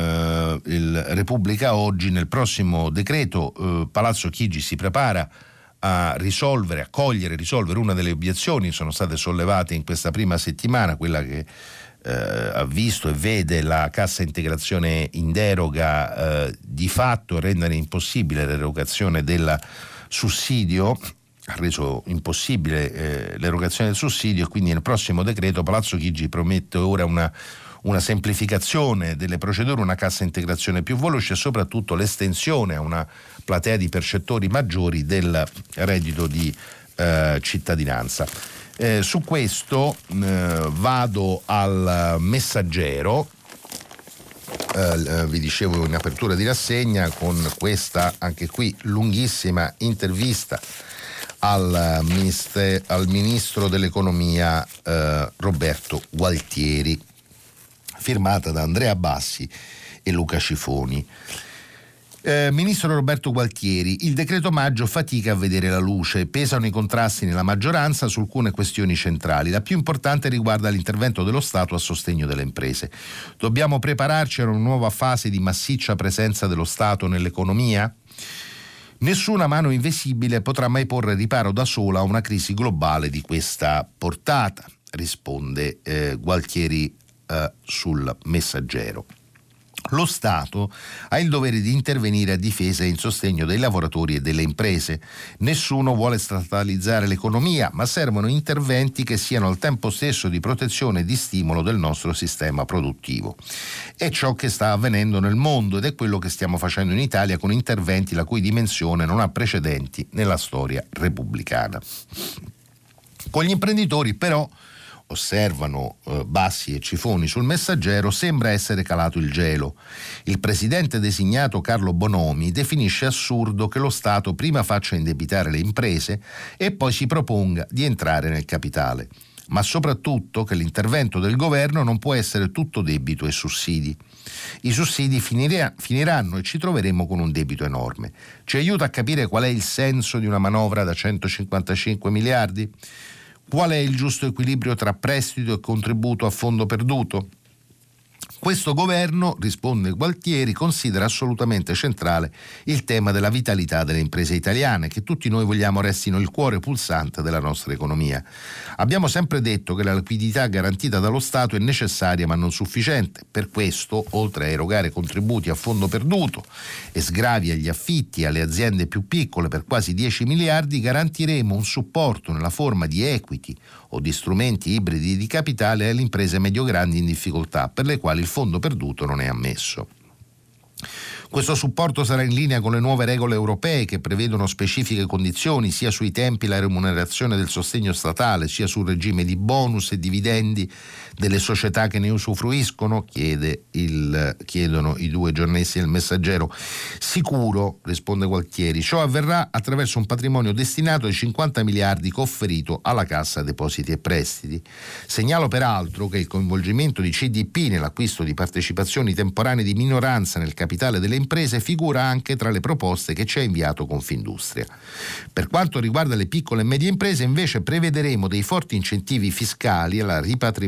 il Repubblica oggi, nel prossimo decreto Palazzo Chigi si prepara a risolvere una delle obiezioni che sono state sollevate in questa prima settimana, quella che ha visto e vede la cassa integrazione in deroga di fatto rendere impossibile l'erogazione del sussidio, ha reso impossibile l'erogazione del sussidio, e quindi nel prossimo decreto Palazzo Chigi promette ora una semplificazione delle procedure, una cassa integrazione più veloce e soprattutto l'estensione a una platea di percettori maggiori del reddito di cittadinanza. Su questo vado al Messaggero, vi dicevo in apertura di rassegna, con questa anche qui lunghissima intervista al ministro dell'economia Roberto Gualtieri, firmata da Andrea Bassi e Luca Cifoni. Ministro Roberto Gualtieri, il decreto maggio fatica a vedere la luce, pesano i contrasti nella maggioranza su alcune questioni centrali. La più importante riguarda l'intervento dello Stato a sostegno delle imprese. Dobbiamo prepararci a una nuova fase di massiccia presenza dello Stato nell'economia? Nessuna mano invisibile potrà mai porre riparo da sola a una crisi globale di questa portata, risponde Gualtieri sul Messaggero. Lo Stato ha il dovere di intervenire a difesa e in sostegno dei lavoratori e delle imprese. Nessuno vuole statalizzare l'economia, ma servono interventi che siano al tempo stesso di protezione e di stimolo del nostro sistema produttivo. È ciò che sta avvenendo nel mondo ed è quello che stiamo facendo in Italia con interventi la cui dimensione non ha precedenti nella storia repubblicana. Con gli imprenditori però, osservano Bassi e Cifoni sul Messaggero, sembra essere calato il gelo. Il presidente designato Carlo Bonomi definisce assurdo che lo Stato prima faccia indebitare le imprese e poi si proponga di entrare nel capitale, ma soprattutto che l'intervento del governo non può essere tutto debito e sussidi. I sussidi finiranno e ci troveremo con un debito enorme. Ci aiuta a capire qual è il senso di una manovra da 155 miliardi? Qual è il giusto equilibrio tra prestito e contributo a fondo perduto? Questo governo, risponde Gualtieri, considera assolutamente centrale il tema della vitalità delle imprese italiane, che tutti noi vogliamo restino il cuore pulsante della nostra economia. Abbiamo sempre detto che la liquidità garantita dallo Stato è necessaria ma non sufficiente. Per questo, oltre a erogare contributi a fondo perduto e sgravi agli affitti e alle aziende più piccole per quasi 10 miliardi, garantiremo un supporto nella forma di equity o di strumenti ibridi di capitale alle imprese medio-grandi in difficoltà, per le quali il fondo perduto non è ammesso. Questo supporto sarà in linea con le nuove regole europee che prevedono specifiche condizioni sia sui tempi e la remunerazione del sostegno statale, sia sul regime di bonus e dividendi delle società che ne usufruiscono, chiedono i due giornalisti del Messaggero. Sicuro, risponde Gualtieri, ciò avverrà attraverso un patrimonio destinato ai 50 miliardi conferito alla Cassa Depositi e Prestiti. Segnalo peraltro che il coinvolgimento di CDP nell'acquisto di partecipazioni temporanee di minoranza nel capitale delle imprese figura anche tra le proposte che ci ha inviato Confindustria. Per quanto riguarda le piccole e medie imprese, invece, prevederemo dei forti incentivi fiscali alla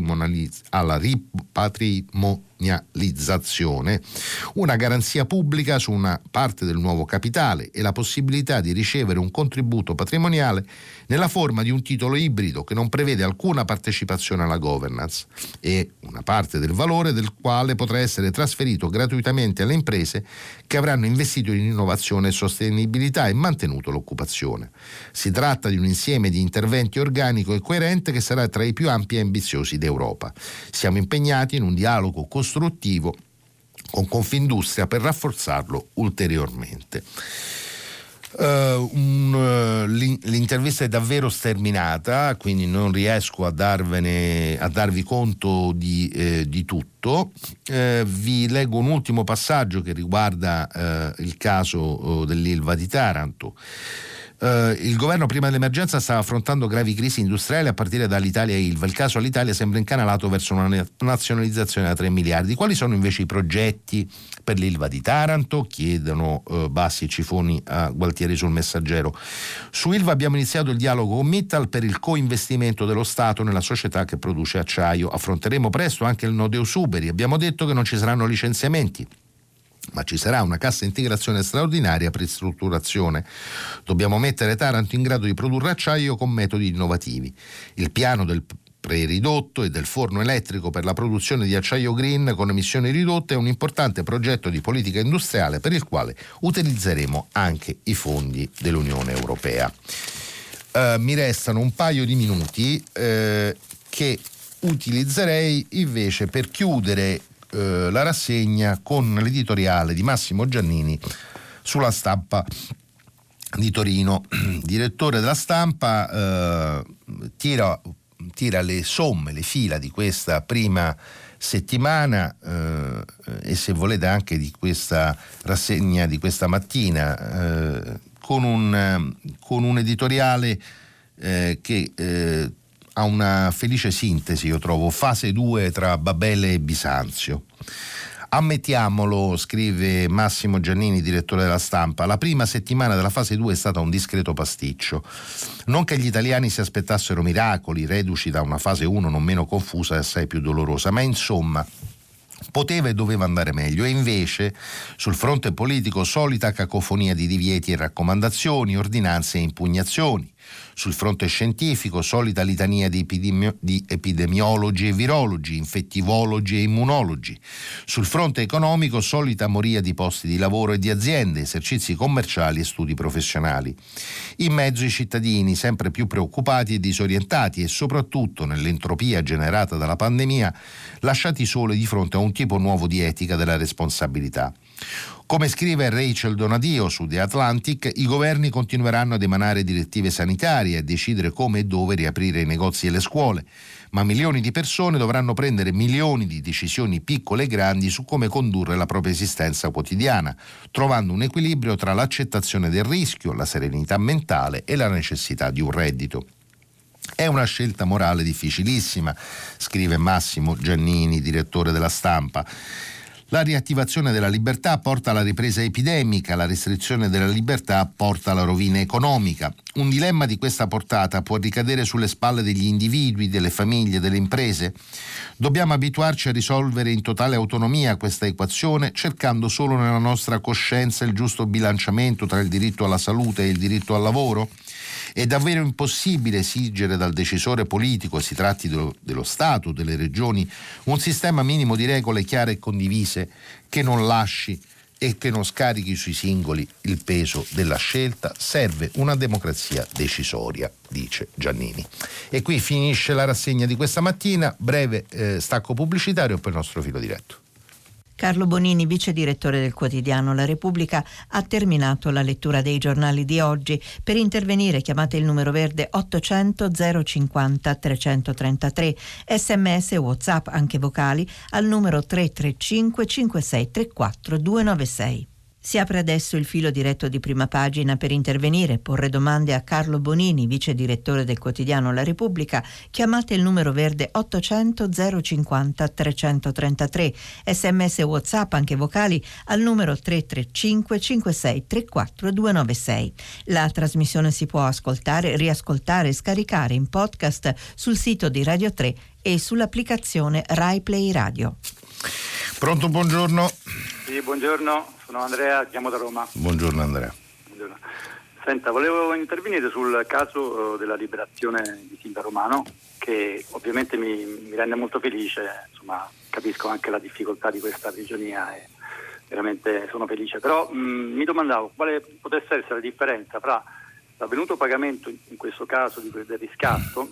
ripatrimonializzazione, una garanzia pubblica su una parte del nuovo capitale e la possibilità di ricevere un contributo patrimoniale nella forma di un titolo ibrido che non prevede alcuna partecipazione alla governance e una parte del valore del quale potrà essere trasferito gratuitamente alle imprese che avranno investito in innovazione e sostenibilità e mantenuto l'occupazione. Si tratta di un insieme di interventi organico e coerente che sarà tra i più ampi e ambiziosi d'Europa. Siamo impegnati in un dialogo costruttivo con Confindustria per rafforzarlo ulteriormente. L'intervista è davvero sterminata, quindi non riesco a darvi conto di tutto. Vi leggo un ultimo passaggio che riguarda il caso dell'Ilva di Taranto. Il governo prima dell'emergenza stava affrontando gravi crisi industriali a partire dall'Italia e Ilva. Il caso all'Italia sembra incanalato verso una nazionalizzazione da 3 miliardi. Quali sono invece i progetti per l'Ilva di Taranto? Chiedono Bassi e Cifoni a Gualtieri sul Messaggero. Su Ilva abbiamo iniziato il dialogo con Mittal per il coinvestimento dello Stato nella società che produce acciaio. Affronteremo presto anche il no Deus uberi. Abbiamo detto che non ci saranno licenziamenti, ma ci sarà una cassa integrazione straordinaria per ristrutturazione. Dobbiamo mettere Taranto in grado di produrre acciaio con metodi innovativi. Il piano del preridotto e del forno elettrico per la produzione di acciaio green con emissioni ridotte è un importante progetto di politica industriale per il quale utilizzeremo anche i fondi dell'Unione Europea. Mi restano un paio di minuti che utilizzerei invece per chiudere la rassegna con l'editoriale di Massimo Giannini sulla Stampa di Torino. Direttore della Stampa, tira le somme, le fila di questa prima settimana e se volete anche di questa rassegna di questa mattina con un editoriale che ha una felice sintesi, io trovo, fase 2 tra Babele e Bisanzio. Ammettiamolo, scrive Massimo Giannini, direttore della Stampa, la prima settimana della fase 2 è stata un discreto pasticcio. Non che gli italiani si aspettassero miracoli, reduci da una fase 1 non meno confusa e assai più dolorosa, ma insomma poteva e doveva andare meglio, e invece sul fronte politico solita cacofonia di divieti e raccomandazioni, ordinanze e impugnazioni. Sul fronte scientifico, solita litania di epidemiologi e virologi, infettivologi e immunologi. Sul fronte economico, solita moria di posti di lavoro e di aziende, esercizi commerciali e studi professionali. In mezzo i cittadini, sempre più preoccupati e disorientati e soprattutto nell'entropia generata dalla pandemia, lasciati soli di fronte a un tipo nuovo di etica della responsabilità. Come scrive Rachel Donadio su The Atlantic, i governi continueranno ad emanare direttive sanitarie e a decidere come e dove riaprire i negozi e le scuole, ma milioni di persone dovranno prendere milioni di decisioni piccole e grandi su come condurre la propria esistenza quotidiana, trovando un equilibrio tra l'accettazione del rischio, la serenità mentale e la necessità di un reddito. È una scelta morale difficilissima, scrive Massimo Giannini, direttore della Stampa. La riattivazione della libertà porta alla ripresa epidemica, la restrizione della libertà porta alla rovina economica. Un dilemma di questa portata può ricadere sulle spalle degli individui, delle famiglie, delle imprese. Dobbiamo abituarci a risolvere in totale autonomia questa equazione, cercando solo nella nostra coscienza il giusto bilanciamento tra il diritto alla salute e il diritto al lavoro? È davvero impossibile esigere dal decisore politico, si tratti dello Stato, delle regioni, un sistema minimo di regole chiare e condivise che non lasci e che non scarichi sui singoli il peso della scelta. Serve una democrazia decisoria, dice Giannini. E qui finisce la rassegna di questa mattina, breve stacco pubblicitario e poi il nostro filo diretto. Carlo Bonini, vice direttore del quotidiano La Repubblica, ha terminato la lettura dei giornali di oggi. Per intervenire chiamate il numero verde 800 050 333, sms e WhatsApp anche vocali al numero 335 5634 296. Si apre adesso il filo diretto di Prima Pagina. Per intervenire e porre domande a Carlo Bonini, vice direttore del quotidiano La Repubblica, chiamate il numero verde 800 050 333, sms e WhatsApp anche vocali al numero 335 5634 296. La trasmissione si può ascoltare, riascoltare e scaricare in podcast sul sito di Radio 3 e sull'applicazione Rai Play Radio. Pronto, buongiorno. Sì, buongiorno, sono Andrea, chiamo da Roma. Buongiorno Andrea. Buongiorno. Senta, volevo intervenire sul caso della liberazione di Silvia Romano, che ovviamente mi rende molto felice, insomma capisco anche la difficoltà di questa prigionia e veramente sono felice, però mi domandavo quale potesse essere la differenza fra l'avvenuto pagamento in questo caso del riscatto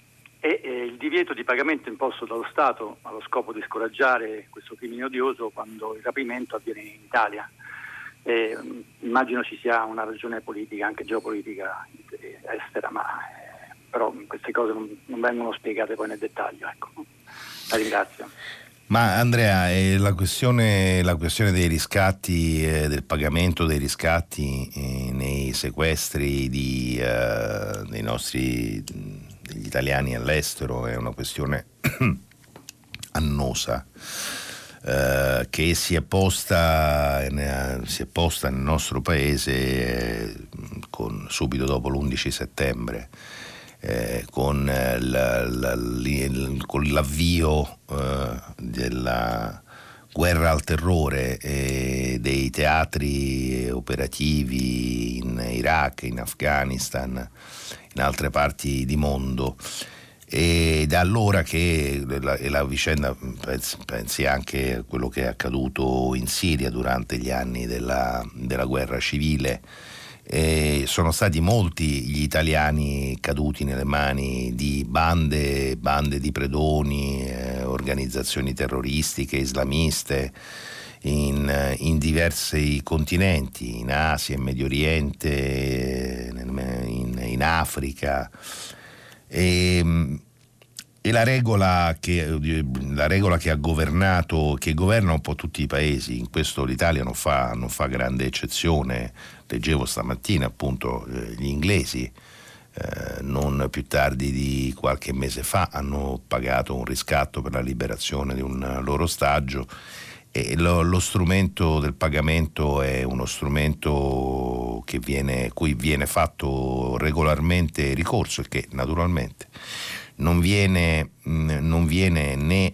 e il divieto di pagamento imposto dallo Stato allo scopo di scoraggiare questo crimine odioso quando il rapimento avviene in Italia. Immagino ci sia una ragione politica, anche geopolitica estera, ma però queste cose non vengono spiegate poi nel dettaglio. Ecco. La ringrazio. Ma Andrea, la questione dei riscatti, del pagamento dei riscatti nei sequestri dei nostri degli italiani all'estero è una questione annosa che si è posta nel nostro paese subito dopo l'11 settembre. Con l'avvio della guerra al terrore e dei teatri operativi in Iraq, in Afghanistan, in altre parti di mondo. E da allora che la vicenda, pensi anche a quello che è accaduto in Siria durante gli anni della guerra civile, sono stati molti gli italiani caduti nelle mani di bande di predoni, organizzazioni terroristiche, islamiste in diversi continenti, in Asia, in Medio Oriente, in Africa. E la regola che ha governato, che governa un po' tutti i paesi, in questo l'Italia non fa grande eccezione. Leggevo stamattina appunto gli inglesi non più tardi di qualche mese fa hanno pagato un riscatto per la liberazione di un loro ostaggio, e lo strumento del pagamento è uno strumento cui viene fatto regolarmente ricorso, il che naturalmente non viene né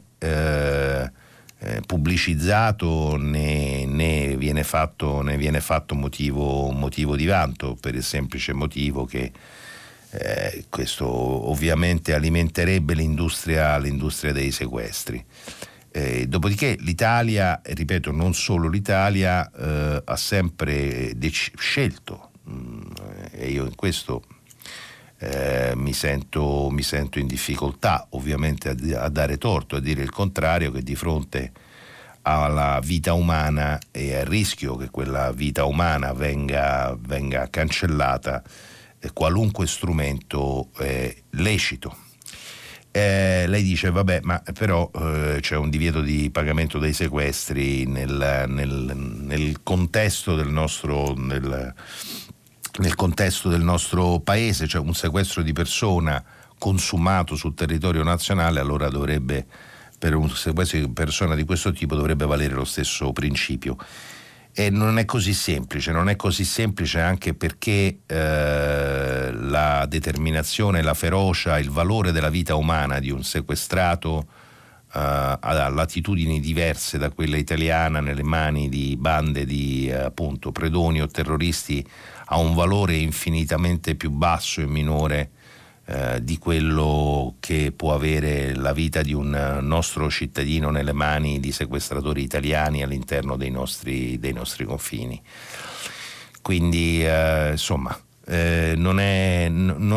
pubblicizzato né viene fatto motivo di vanto, per il semplice motivo che Questo ovviamente alimenterebbe l'industria dei sequestri. Dopodiché l'Italia, e ripeto non solo l'Italia, ha sempre scelto, e io in questo mi sento in difficoltà ovviamente a dare torto, a dire il contrario, che di fronte alla vita umana e al rischio che quella vita umana venga cancellata, qualunque strumento è lecito. Lei dice vabbè, ma però c'è un divieto di pagamento dei sequestri nel contesto del nostro nel contesto del nostro paese, cioè un sequestro di persona consumato sul territorio nazionale, allora dovrebbe, per un sequestro di persona di questo tipo, dovrebbe valere lo stesso principio. E non è così semplice anche perché la determinazione, la ferocia, il valore della vita umana di un sequestrato a latitudini diverse da quella italiana nelle mani di bande di appunto predoni o terroristi ha un valore infinitamente più basso e minore di quello che può avere la vita di un nostro cittadino nelle mani di sequestratori italiani all'interno dei nostri confini. Quindi insomma non è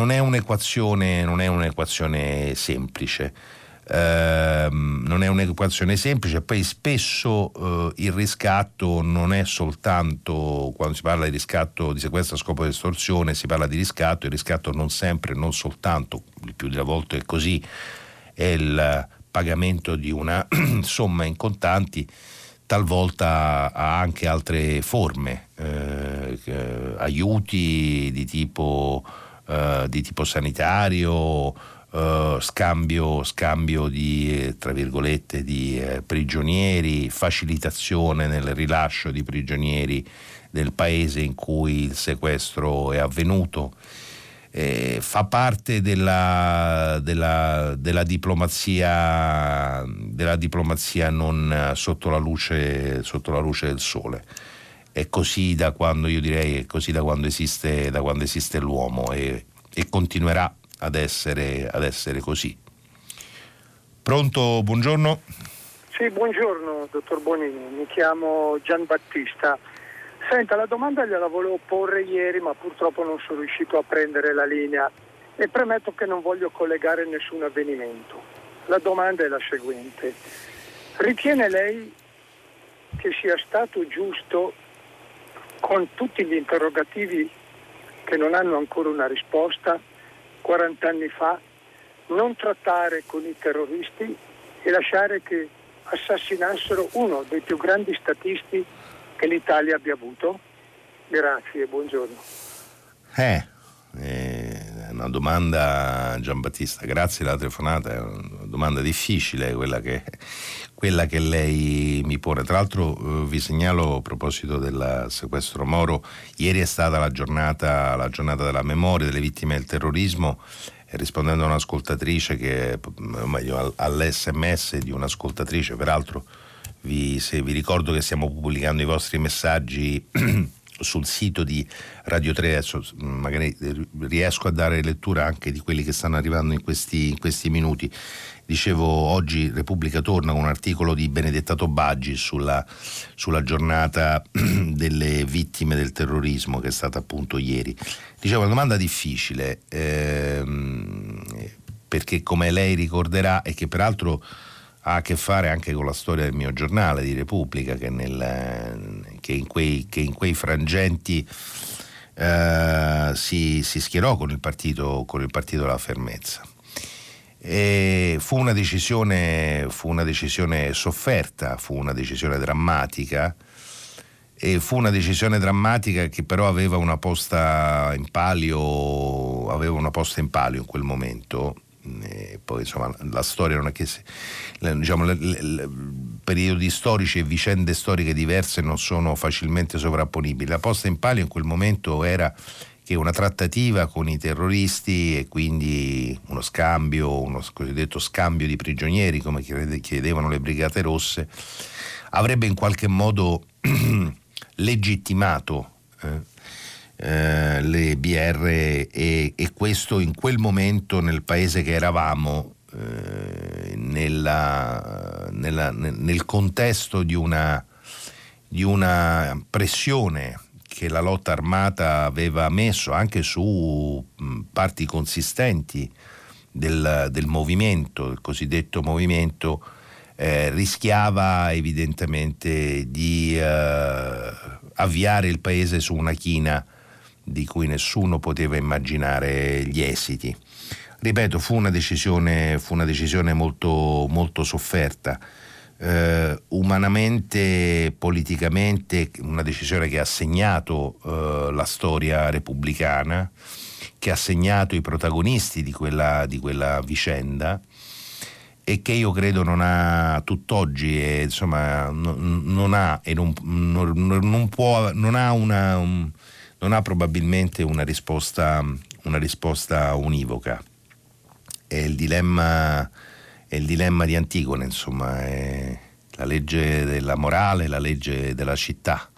un'equazione semplice. Non è un'equazione semplice. Poi spesso il riscatto non è soltanto, quando si parla di riscatto di sequestro a scopo di estorsione, si parla di riscatto. Il riscatto non sempre, non soltanto, il più delle volte è così, è il pagamento di una somma in contanti, talvolta ha anche altre forme, aiuti di tipo sanitario, scambio di tra virgolette di prigionieri, facilitazione nel rilascio di prigionieri del paese in cui il sequestro è avvenuto. Fa parte della diplomazia non sotto la luce del sole. È così da quando, io direi, è così da quando esiste l'uomo, e continuerà ad essere così. Pronto, buongiorno. Sì, buongiorno dottor Bonini, mi chiamo Gianbattista. Senta, la domanda gliela volevo porre ieri, ma purtroppo non sono riuscito a prendere la linea e premetto che non voglio collegare nessun avvenimento. La domanda è la seguente: ritiene lei che sia stato giusto, con tutti gli interrogativi che non hanno ancora una risposta, 40 anni fa, non trattare con i terroristi e lasciare che assassinassero uno dei più grandi statisti che l'Italia abbia avuto? Grazie, buongiorno. È una domanda, Gianbattista, grazie della telefonata, è una domanda difficile quella che lei mi pone. Tra l'altro vi segnalo, a proposito del sequestro Moro, ieri è stata la giornata della memoria delle vittime del terrorismo, e rispondendo a un'ascoltatrice all'SMS di un'ascoltatrice, peraltro vi ricordo che stiamo pubblicando i vostri messaggi sul sito di Radio 3, adesso magari riesco a dare lettura anche di quelli che stanno arrivando in questi minuti. Dicevo, oggi Repubblica torna con un articolo di Benedetta Tobaggi sulla giornata delle vittime del terrorismo, che è stata appunto ieri. Dicevo, una domanda difficile, perché come lei ricorderà, e che peraltro ha a che fare anche con la storia del mio giornale di Repubblica, che in quei frangenti si schierò con il partito della fermezza. E fu una decisione sofferta, fu una decisione drammatica, e fu una decisione drammatica che però aveva una posta in palio in quel momento. E poi insomma la storia non è che periodi storici e vicende storiche diverse non sono facilmente sovrapponibili. La posta in palio in quel momento era che una trattativa con i terroristi, e quindi uno cosiddetto scambio di prigionieri, come chiedevano le Brigate Rosse, avrebbe in qualche modo legittimato le BR e questo in quel momento nel paese che eravamo, nel contesto di una pressione che la lotta armata aveva messo anche su parti consistenti del movimento, il cosiddetto movimento, rischiava evidentemente di avviare il paese su una china di cui nessuno poteva immaginare gli esiti. Ripeto, fu una decisione molto, molto sofferta, umanamente, politicamente, una decisione che ha segnato la storia repubblicana, che ha segnato i protagonisti di quella vicenda e che io credo non ha tutt'oggi, non ha probabilmente una risposta univoca. È il dilemma di Antigone, insomma, è la legge della morale, la legge della città.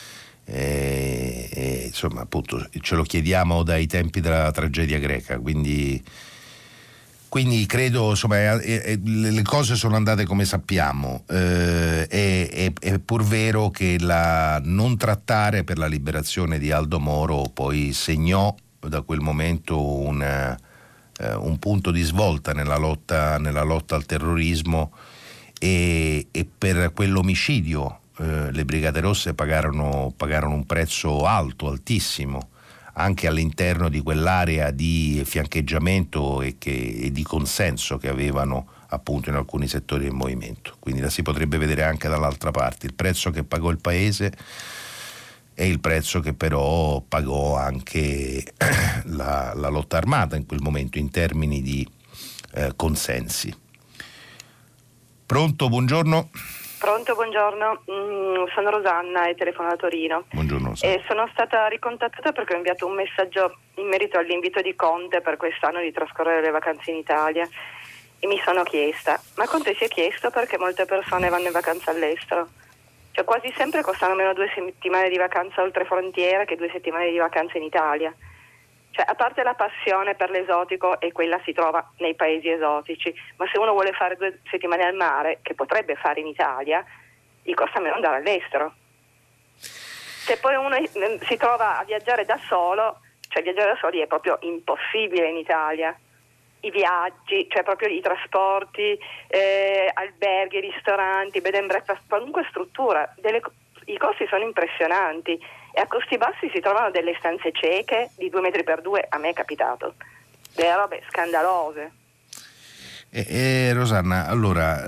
Insomma, appunto, ce lo chiediamo dai tempi della tragedia greca, quindi credo, insomma, le cose sono andate come sappiamo. È pur vero che la non trattare per la liberazione di Aldo Moro poi segnò da quel momento un punto di svolta nella lotta al terrorismo, e per quell'omicidio le Brigate Rosse pagarono un prezzo altissimo, anche all'interno di quell'area di fiancheggiamento e di consenso che avevano appunto in alcuni settori del movimento. Quindi la si potrebbe vedere anche dall'altra parte, il prezzo che pagò il paese e il prezzo che però pagò anche la lotta armata in quel momento in termini di consensi. Pronto, buongiorno. Pronto, buongiorno, sono Rosanna e telefono da Torino. Buongiorno. Sono stata ricontattata perché ho inviato un messaggio in merito all'invito di Conte per quest'anno di trascorrere le vacanze in Italia e mi sono chiesta, ma Conte si è chiesto perché molte persone vanno in vacanza all'estero? Cioè quasi sempre costano meno 2 settimane di vacanza oltre frontiera che 2 settimane di vacanza in Italia. Cioè, a parte la passione per l'esotico, e quella si trova nei paesi esotici, ma se uno vuole fare 2 settimane al mare, che potrebbe fare in Italia, gli costa meno andare all'estero. Se poi uno si trova a viaggiare da solo, cioè viaggiare da soli è proprio impossibile in Italia. I viaggi, cioè proprio i trasporti, alberghi, ristoranti, bed and breakfast, qualunque struttura, i costi sono impressionanti. E a costi bassi si trovano delle stanze cieche di 2 metri per 2, a me è capitato, delle robe scandalose. Rosanna, allora,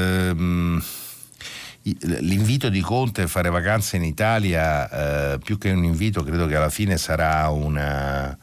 l'invito di Conte a fare vacanze in Italia, più che un invito, credo che alla fine sarà una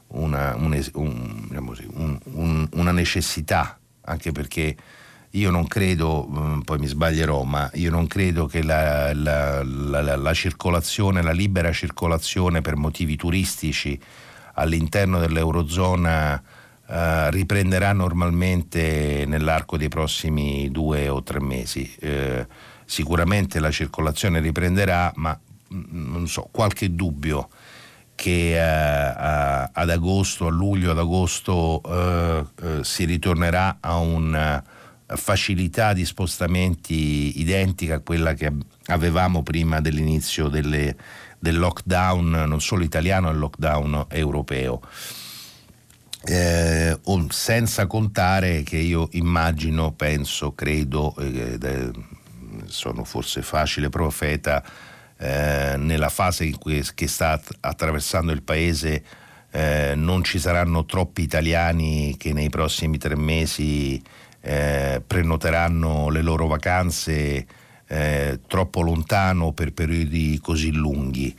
necessità, anche perché io non credo, poi mi sbaglierò, ma io non credo che la circolazione, la libera circolazione per motivi turistici all'interno dell'Eurozona riprenderà normalmente nell'arco dei prossimi 2 o 3 mesi. Sicuramente la circolazione riprenderà, ma non so, qualche dubbio che ad agosto, a luglio, ad agosto si ritornerà a una facilità di spostamenti identica a quella che avevamo prima dell'inizio del lockdown, non solo italiano, il lockdown europeo. Senza contare che io immagino, penso, credo, sono forse facile profeta, nella fase in cui che sta attraversando il paese non ci saranno troppi italiani che nei prossimi 3 mesi prenoteranno le loro vacanze troppo lontano per periodi così lunghi,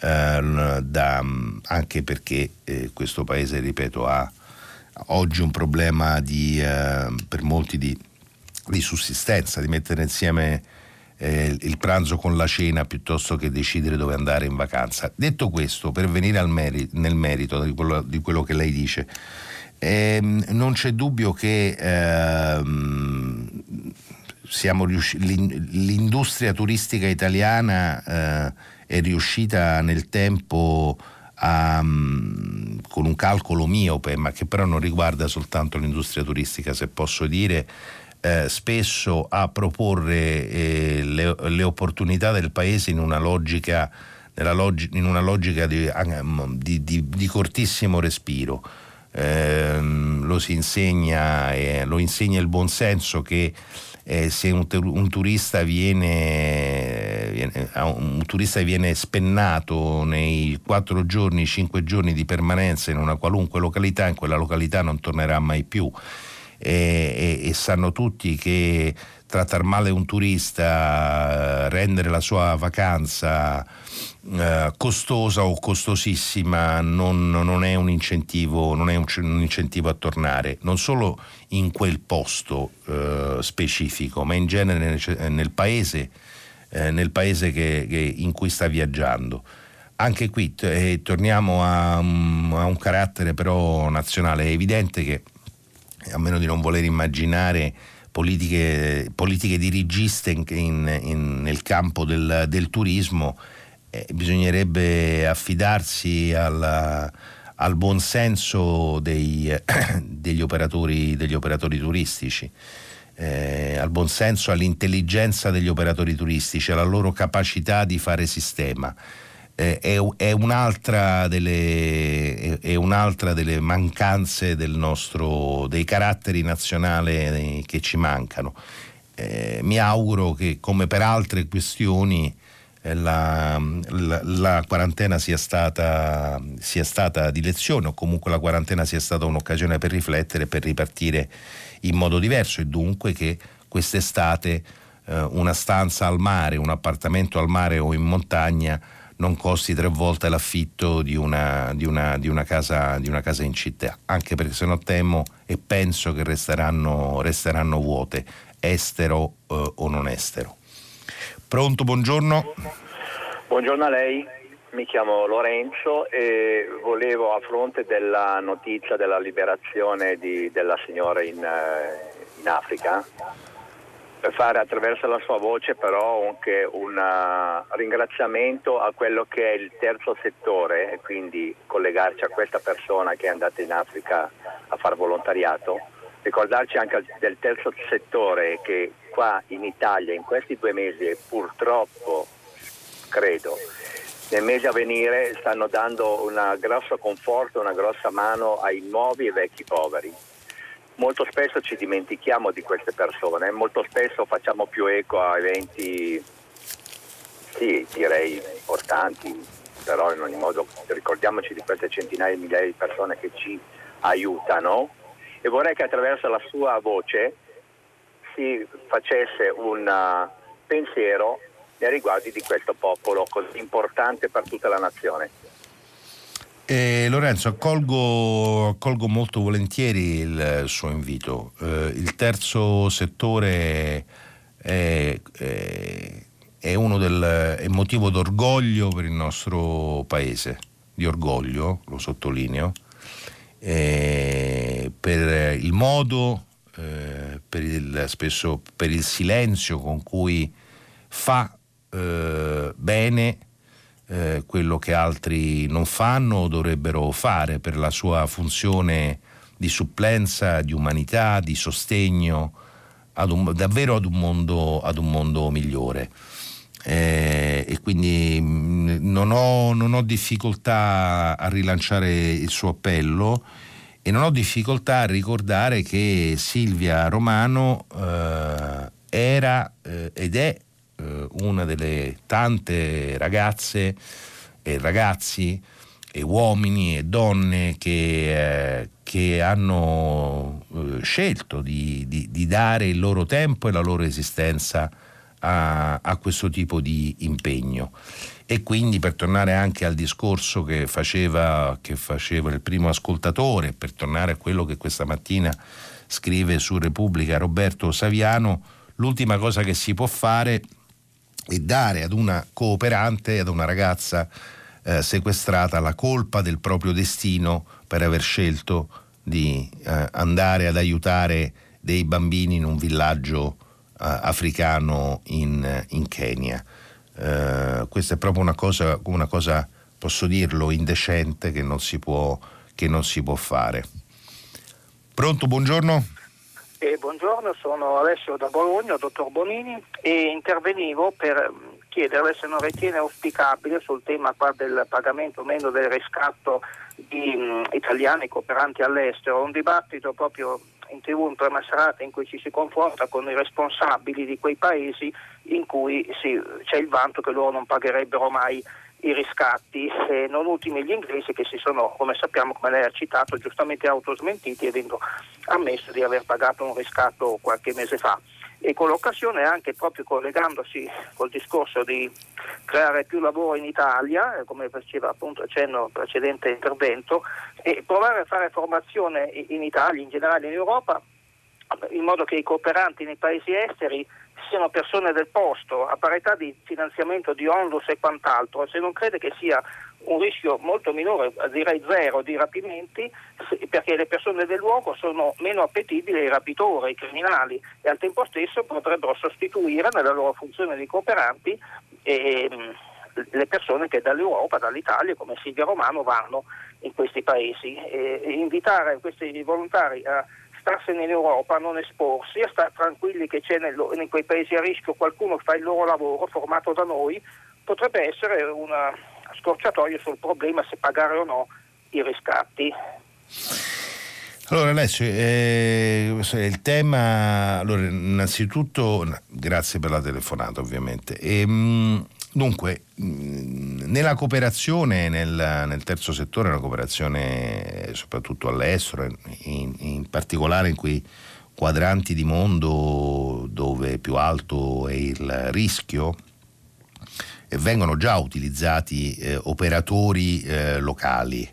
anche perché questo paese, ripeto, ha oggi un problema per molti di sussistenza, di mettere insieme il pranzo con la cena piuttosto che decidere dove andare in vacanza. Detto questo, per venire nel merito di quello che lei dice, non c'è dubbio che l'industria turistica italiana è riuscita nel tempo con un calcolo miope, ma che però non riguarda soltanto l'industria turistica, se posso dire, spesso a proporre le opportunità del paese in una logica di cortissimo respiro. Lo insegna il buonsenso che se un turista viene spennato nei 4 giorni, 5 giorni di permanenza in una qualunque località, in quella località non tornerà mai più. E sanno tutti che trattare male un turista, rendere la sua vacanza costosa o costosissima non è un incentivo, un incentivo a tornare, non solo in quel posto specifico, ma in genere nel paese in cui sta viaggiando. Anche qui torniamo a un carattere però nazionale. È evidente che, a meno di non voler immaginare politiche dirigiste nel campo del turismo, bisognerebbe affidarsi al buonsenso degli operatori turistici, al buonsenso, all'intelligenza degli operatori turistici, alla loro capacità di fare sistema. È un'altra delle mancanze dei caratteri nazionali che ci mancano. Mi auguro che, come per altre questioni, la quarantena sia stata di lezione, o comunque la quarantena sia stata un'occasione per riflettere e per ripartire in modo diverso, e dunque che quest'estate una stanza al mare, un appartamento al mare o in montagna non costi 3 volte l'affitto di una casa in città, anche perché se no temo e penso che resteranno vuote, estero o non estero. Pronto, buongiorno. Buongiorno a lei, mi chiamo Lorenzo e volevo, a fronte della notizia della liberazione della signora in Africa, fare attraverso la sua voce però anche un ringraziamento a quello che è il terzo settore, e quindi collegarci a questa persona che è andata in Africa a far volontariato, ricordarci anche del terzo settore che qua in Italia in questi 2 mesi, purtroppo credo nel mese a venire, stanno dando un grosso conforto, una grossa mano ai nuovi e vecchi poveri. Molto spesso ci dimentichiamo di queste persone, molto spesso facciamo più eco a eventi, sì, direi importanti, però in ogni modo ricordiamoci di queste centinaia di migliaia di persone che ci aiutano, e vorrei che attraverso la sua voce si facesse un pensiero nei riguardi di questo popolo così importante per tutta la nazione. Lorenzo, accolgo molto volentieri il suo invito. Il terzo settore è motivo d'orgoglio per il nostro paese, di orgoglio, lo sottolineo, per il modo, spesso per il silenzio con cui fa bene quello che altri non fanno o dovrebbero fare, per la sua funzione di supplenza, di umanità, di sostegno davvero ad un mondo migliore. E quindi non ho difficoltà a rilanciare il suo appello, e non ho difficoltà a ricordare che Silvia Romano era ed è una delle tante ragazze e ragazzi e uomini e donne che hanno scelto di dare il loro tempo e la loro esistenza a questo tipo di impegno. E quindi, per tornare anche al discorso che faceva il primo ascoltatore, per tornare a quello che questa mattina scrive su Repubblica Roberto Saviano, l'ultima cosa che si può fare e dare ad una cooperante, ad una ragazza sequestrata, la colpa del proprio destino per aver scelto di andare ad aiutare dei bambini in un villaggio africano in Kenya. Questa è proprio una cosa posso dirlo, indecente che non si può fare. Pronto, buongiorno. Buongiorno, sono Alessio da Bologna, dottor Bonini, e intervenivo per chiederle se non ritiene auspicabile sul tema qua del pagamento o meno del riscatto di italiani cooperanti all'estero, un dibattito proprio in TV in prima serata in cui ci si confronta con i responsabili di quei paesi in cui c'è il vanto che loro non pagherebbero mai i riscatti, non ultimi gli inglesi che si sono, come sappiamo, come lei ha citato, giustamente autosmentiti, avendo ammesso di aver pagato un riscatto qualche mese fa. E con l'occasione, anche proprio collegandosi col discorso di creare più lavoro in Italia, come faceva appunto accenno al precedente intervento, e provare a fare formazione in Italia, in generale in Europa, in modo che i cooperanti nei paesi esteri siano persone del posto, a parità di finanziamento di onlus e quant'altro. Se non crede che sia un rischio molto minore, direi zero, di rapimenti, perché le persone del luogo sono meno appetibili ai rapitori, ai criminali, e al tempo stesso potrebbero sostituire nella loro funzione di cooperanti le persone che dall'Europa, dall'Italia, come Silvia Romano, vanno in questi paesi. Invitare questi volontari a starsene in Europa, a non esporsi, a stare tranquilli che c'è in quei paesi a rischio qualcuno che fa il loro lavoro formato da noi, potrebbe essere una scorciatoia sul problema se pagare o no i riscatti. Allora Alessio, il tema, allora innanzitutto grazie per la telefonata ovviamente. Dunque, nella cooperazione nel terzo settore, la cooperazione soprattutto all'estero, in particolare in quei quadranti di mondo dove più alto è il rischio, vengono già utilizzati operatori locali.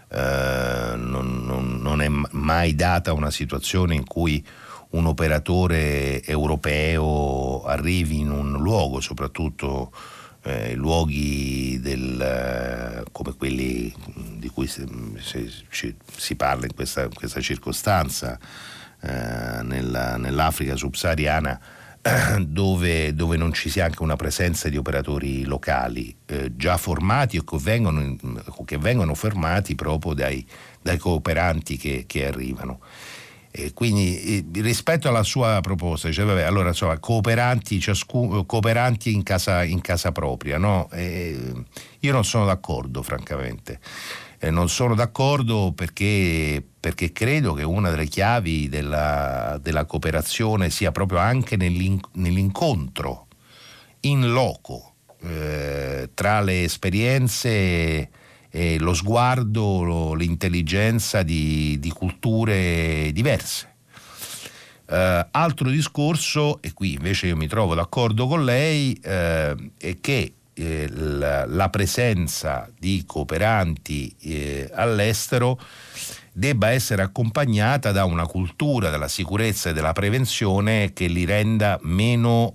Non è mai data una situazione in cui un operatore europeo arrivi in un luogo, soprattutto luoghi come quelli di cui si parla in questa circostanza, nell'Africa subsahariana, dove non ci sia anche una presenza di operatori locali già formati o che vengono formati proprio dai cooperanti che arrivano. Quindi rispetto alla sua proposta, dice vabbè, allora insomma cooperanti in casa propria, no? Io non sono d'accordo, francamente. Non sono d'accordo perché credo che una delle chiavi della cooperazione sia proprio anche nell'incontro in loco tra le esperienze e lo sguardo, l'intelligenza di culture diverse. Altro discorso, e qui invece io mi trovo d'accordo con lei, è che la presenza di cooperanti all'estero debba essere accompagnata da una cultura della sicurezza e della prevenzione che li renda meno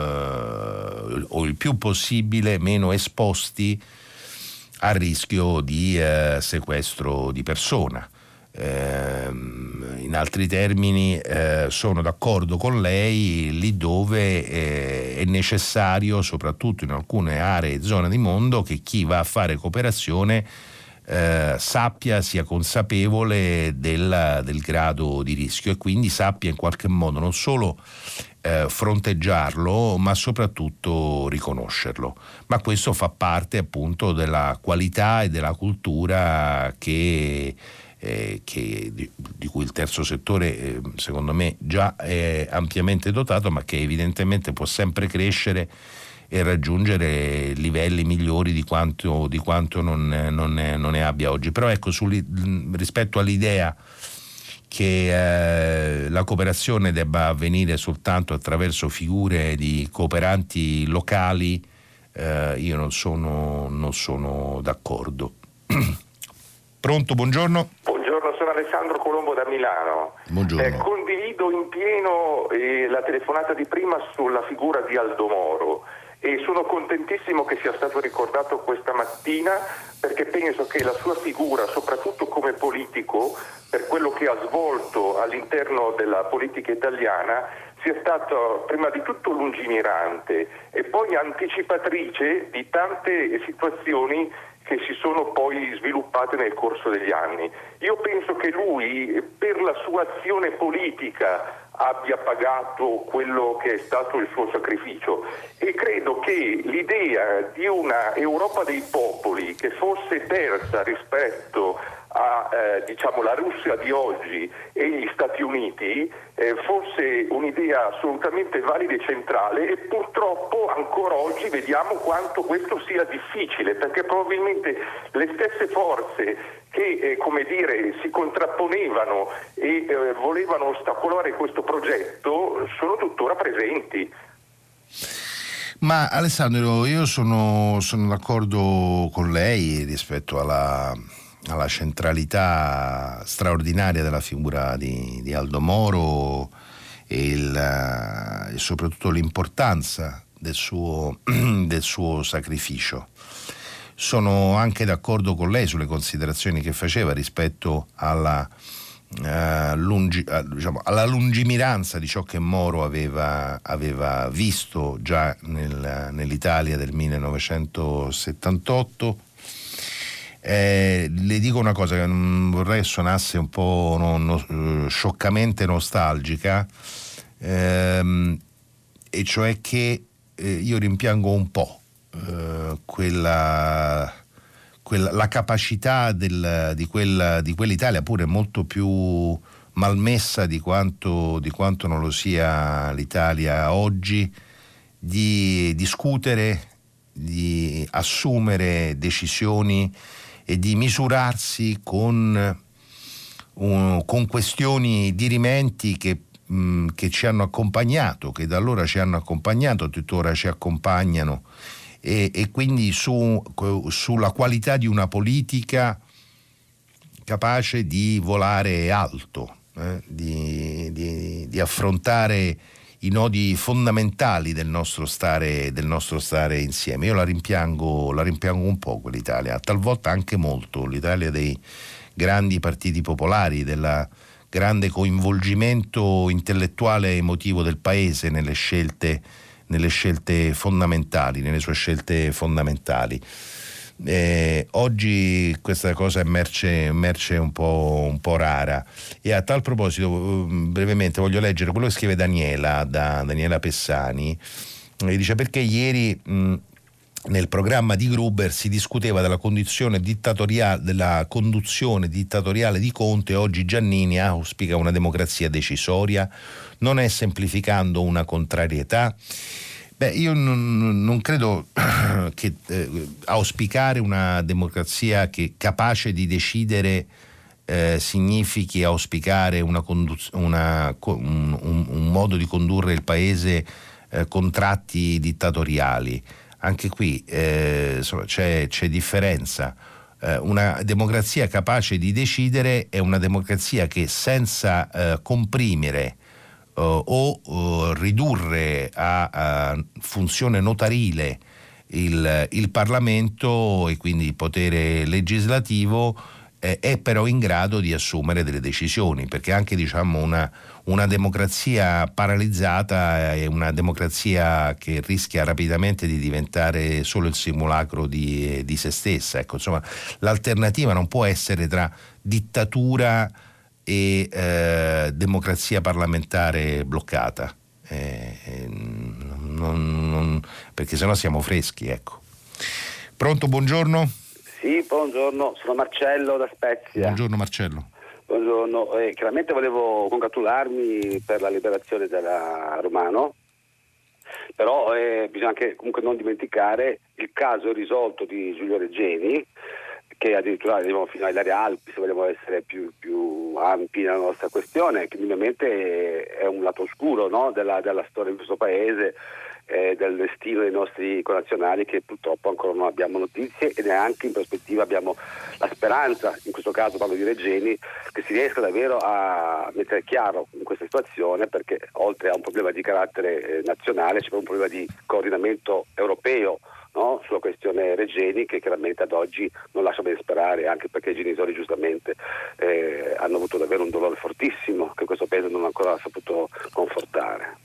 o il più possibile meno esposti al rischio di sequestro di persona. In altri termini, sono d'accordo con lei lì dove è necessario, soprattutto in alcune aree e zone di mondo, che chi va a fare cooperazione sia consapevole del grado di rischio e quindi sappia in qualche modo non solo fronteggiarlo, ma soprattutto riconoscerlo. Ma questo fa parte appunto della qualità e della cultura di cui il terzo settore secondo me già è ampiamente dotato, ma che evidentemente può sempre crescere e raggiungere livelli migliori di quanto non ne abbia oggi. Però ecco, rispetto all'idea che la cooperazione debba avvenire soltanto attraverso figure di cooperanti locali, io non sono d'accordo. Pronto, buongiorno. Buongiorno, sono Alessandro Colombo da Milano. Buongiorno. Condivido in pieno la telefonata di prima sulla figura di Aldo Moro e sono contentissimo che sia stato ricordato questa mattina, perché penso che la sua figura, soprattutto come politico, per quello che ha svolto all'interno della politica italiana, sia stato prima di tutto lungimirante e poi anticipatrice di tante situazioni che si sono poi sviluppate nel corso degli anni. Io penso che lui, per la sua azione politica, abbia pagato quello che è stato il suo sacrificio, e credo che l'idea di una Europa dei popoli che fosse terza rispetto a la Russia di oggi e gli Stati Uniti fosse un'idea assolutamente valida e centrale, e purtroppo ancora oggi vediamo quanto questo sia difficile, perché probabilmente le stesse forze che si contrapponevano e volevano ostacolare questo progetto sono tuttora presenti. Ma Alessandro, io sono d'accordo con lei rispetto alla centralità straordinaria della figura di Aldo Moro e soprattutto l'importanza del suo sacrificio. Sono anche d'accordo con lei sulle considerazioni che faceva rispetto alla lungimiranza di ciò che Moro aveva visto già nell'Italia del 1978. Le dico una cosa che non vorrei suonasse un po' scioccamente nostalgica, e cioè che io rimpiango un po' la capacità di quell'Italia, pure molto più malmessa di quanto non lo sia l'Italia oggi, di discutere, di assumere decisioni e di misurarsi con questioni dirimenti che ci hanno accompagnato, che da allora ci hanno accompagnato, tuttora ci accompagnano, e quindi sulla qualità di una politica capace di volare alto, di affrontare i nodi fondamentali del nostro stare insieme. Io la rimpiango un po' quell'Italia, talvolta anche molto, l'Italia dei grandi partiti popolari, del grande coinvolgimento intellettuale e emotivo del paese nelle scelte fondamentali, nelle sue scelte fondamentali. Oggi questa cosa è merce un po' rara, e a tal proposito brevemente voglio leggere quello che scrive Daniela Pessani, che dice: perché ieri nel programma di Gruber si discuteva della conduzione dittatoriale di Conte, oggi Giannini auspica una democrazia decisoria, non è semplificando una contrarietà? Io non credo che auspicare una democrazia capace di decidere significhi auspicare un modo di condurre il paese con tratti dittatoriali. Anche qui c'è differenza. Una democrazia capace di decidere è una democrazia che senza comprimere o ridurre a funzione notarile il Parlamento e quindi il potere legislativo, è però in grado di assumere delle decisioni, perché anche una democrazia paralizzata è una democrazia che rischia rapidamente di diventare solo il simulacro di se stessa. Ecco, insomma, l'alternativa non può essere tra dittatura e democrazia parlamentare bloccata, perché sennò siamo freschi, ecco. Pronto, buongiorno? Sì, buongiorno, sono Marcello da Spezia. Buongiorno Marcello. Buongiorno, chiaramente volevo congratularmi per la liberazione della Romano, però bisogna anche comunque non dimenticare il caso irrisolto di Giulio Regeni, che addirittura arriviamo fino alle Alpi, se vogliamo essere più ampi nella nostra questione, che ovviamente è un lato oscuro, no? della storia di questo paese, del destino dei nostri connazionali, che purtroppo ancora non abbiamo notizie, e neanche in prospettiva abbiamo la speranza, in questo caso parlo di Regeni, che si riesca davvero a mettere chiaro in questa situazione, perché oltre a un problema di carattere nazionale c'è un problema di coordinamento europeo, no? Sulla questione Regeni, che chiaramente ad oggi non lascia ben sperare, anche perché i genitori giustamente hanno avuto davvero un dolore fortissimo che questo paese non ha ancora saputo confortare.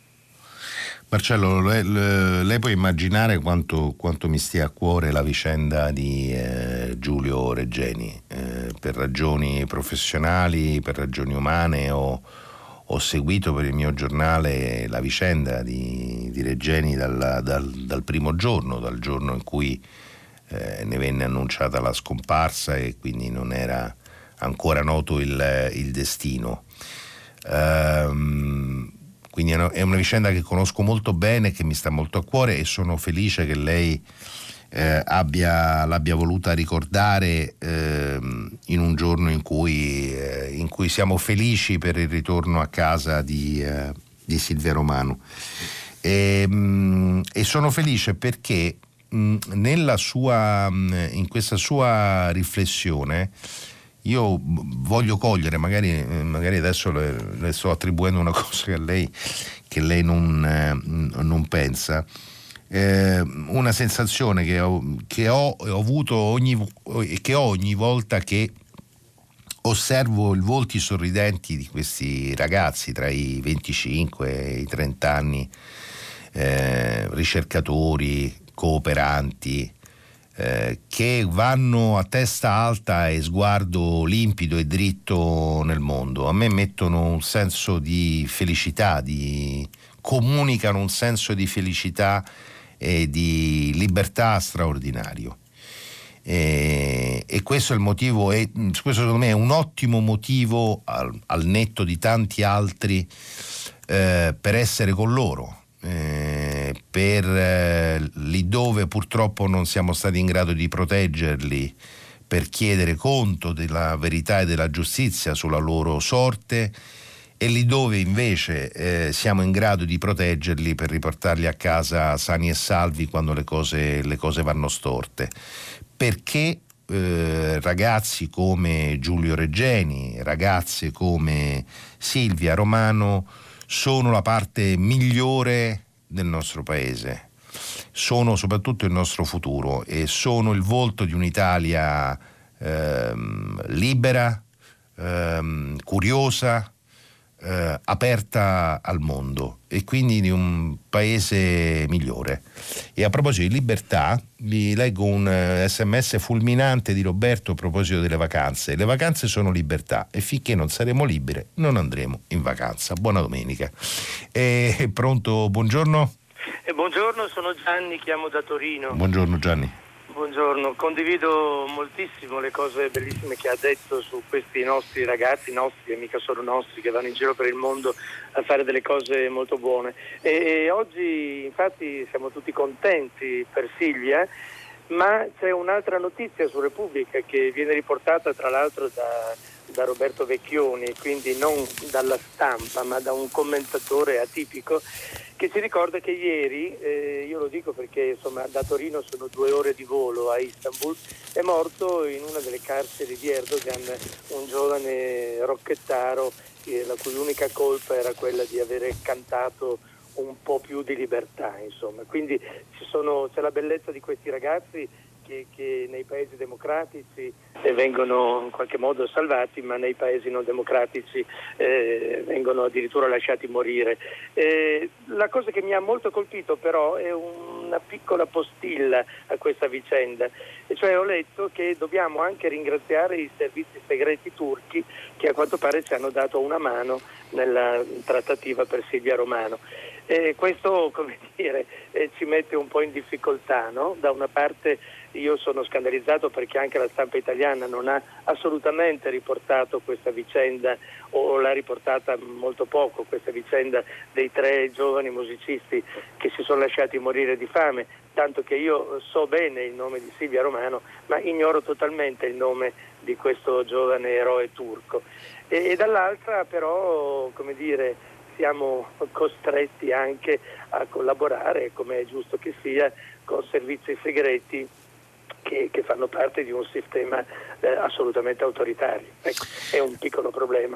Marcello, lei può immaginare quanto mi stia a cuore la vicenda di Giulio Regeni. Per ragioni professionali, per ragioni umane ho seguito per il mio giornale la vicenda di Regeni dal primo giorno, dal giorno in cui ne venne annunciata la scomparsa e quindi non era ancora noto il destino. Quindi è una vicenda che conosco molto bene, che mi sta molto a cuore, e sono felice che lei l'abbia voluta ricordare in un giorno in cui siamo felici per il ritorno a casa di Silvia Romano. E sono felice perché in questa sua riflessione io voglio cogliere, magari adesso le sto attribuendo una cosa che lei non pensa, una sensazione che ho avuto ogni volta che osservo i volti sorridenti di questi ragazzi tra i 25 e i 30 anni, ricercatori, cooperanti, che vanno a testa alta e sguardo limpido e dritto nel mondo. A me mettono un senso di felicità, comunicano un senso di felicità e di libertà straordinario. E questo è il motivo, questo secondo me è un ottimo motivo, al netto di tanti altri, per essere con loro. Per lì dove purtroppo non siamo stati in grado di proteggerli, per chiedere conto della verità e della giustizia sulla loro sorte, e lì dove invece siamo in grado di proteggerli per riportarli a casa sani e salvi quando le cose vanno storte. Perché ragazzi come Giulio Regeni, ragazze come Silvia Romano sono la parte migliore del nostro paese, sono soprattutto il nostro futuro e sono il volto di un'Italia libera, curiosa, aperta al mondo, e quindi di un paese migliore. E a proposito di libertà, vi leggo un SMS fulminante di Roberto a proposito delle vacanze. Le vacanze sono libertà e finché non saremo liberi non andremo in vacanza. Buona domenica. Pronto, buongiorno. Buongiorno, sono Gianni, chiamo da Torino. Buongiorno Gianni. Buongiorno, condivido moltissimo le cose bellissime che ha detto su questi nostri ragazzi, e mica solo nostri, che vanno in giro per il mondo a fare delle cose molto buone. E oggi infatti siamo tutti contenti per Silvia, ma c'è un'altra notizia su Repubblica che viene riportata tra l'altro da Roberto Vecchioni, quindi non dalla stampa ma da un commentatore atipico, che ci ricorda che ieri, io lo dico perché insomma da Torino sono 2 ore di volo a Istanbul, è morto in una delle carceri di Erdogan un giovane rocchettaro la cui unica colpa era quella di avere cantato un po' più di libertà, insomma. Quindi c'è la bellezza di questi ragazzi che nei paesi democratici vengono in qualche modo salvati, ma nei paesi non democratici vengono addirittura lasciati morire. La cosa che mi ha molto colpito però è una piccola postilla a questa vicenda, e cioè ho letto che dobbiamo anche ringraziare i servizi segreti turchi che a quanto pare ci hanno dato una mano nella trattativa per Silvia Romano. Questo, come dire, ci mette un po' in difficoltà, no? Da una parte io sono scandalizzato perché anche la stampa italiana non ha assolutamente riportato questa vicenda, o l'ha riportata molto poco, questa vicenda dei 3 giovani musicisti che si sono lasciati morire di fame, tanto che io so bene il nome di Silvia Romano, ma ignoro totalmente il nome di questo giovane eroe turco. E dall'altra però, come dire, siamo costretti anche a collaborare, come è giusto che sia, con servizi segreti che fanno parte di un sistema assolutamente autoritario. Ecco, è un piccolo problema.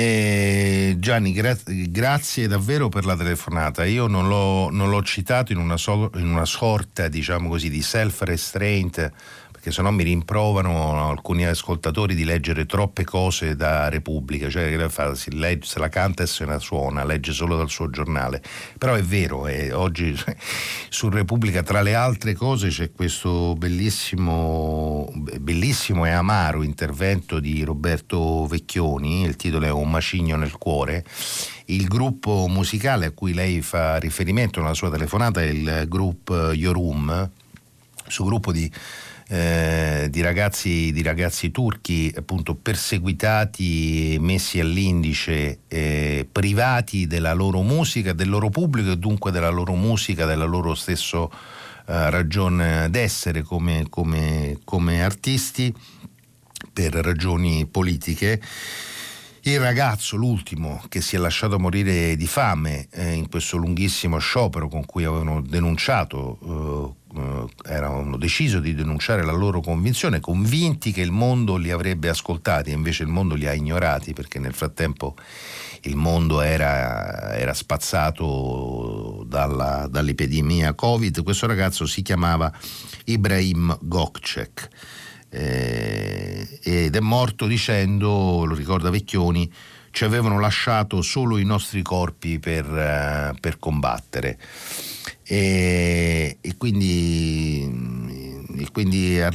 Gianni, grazie davvero per la telefonata. Io non l'ho citato in una sorta, diciamo così, di self-restraint, perché sennò mi rimprovano alcuni ascoltatori di leggere troppe cose da Repubblica, cioè che fa, se la canta e se la suona, legge solo dal suo giornale. Però è vero, oggi su Repubblica tra le altre cose c'è questo bellissimo e amaro intervento di Roberto Vecchioni, il titolo è Un macigno nel cuore. Il gruppo musicale a cui lei fa riferimento nella sua telefonata è il gruppo Yorum, suo gruppo di ragazzi turchi, appunto, perseguitati, messi all'indice, privati della loro musica, del loro pubblico e dunque della loro musica, della loro stesso ragione d'essere come artisti, per ragioni politiche. Il ragazzo, l'ultimo, che si è lasciato morire di fame in questo lunghissimo sciopero con cui avevano denunciato, erano deciso di denunciare la loro convinzione, convinti che il mondo li avrebbe ascoltati, e invece il mondo li ha ignorati, perché nel frattempo il mondo era spazzato dall'epidemia Covid. Questo ragazzo si chiamava Ibrahim Gökçek. Ed è morto dicendo, lo ricorda Vecchioni, ci avevano lasciato solo i nostri corpi per combattere, e quindi ha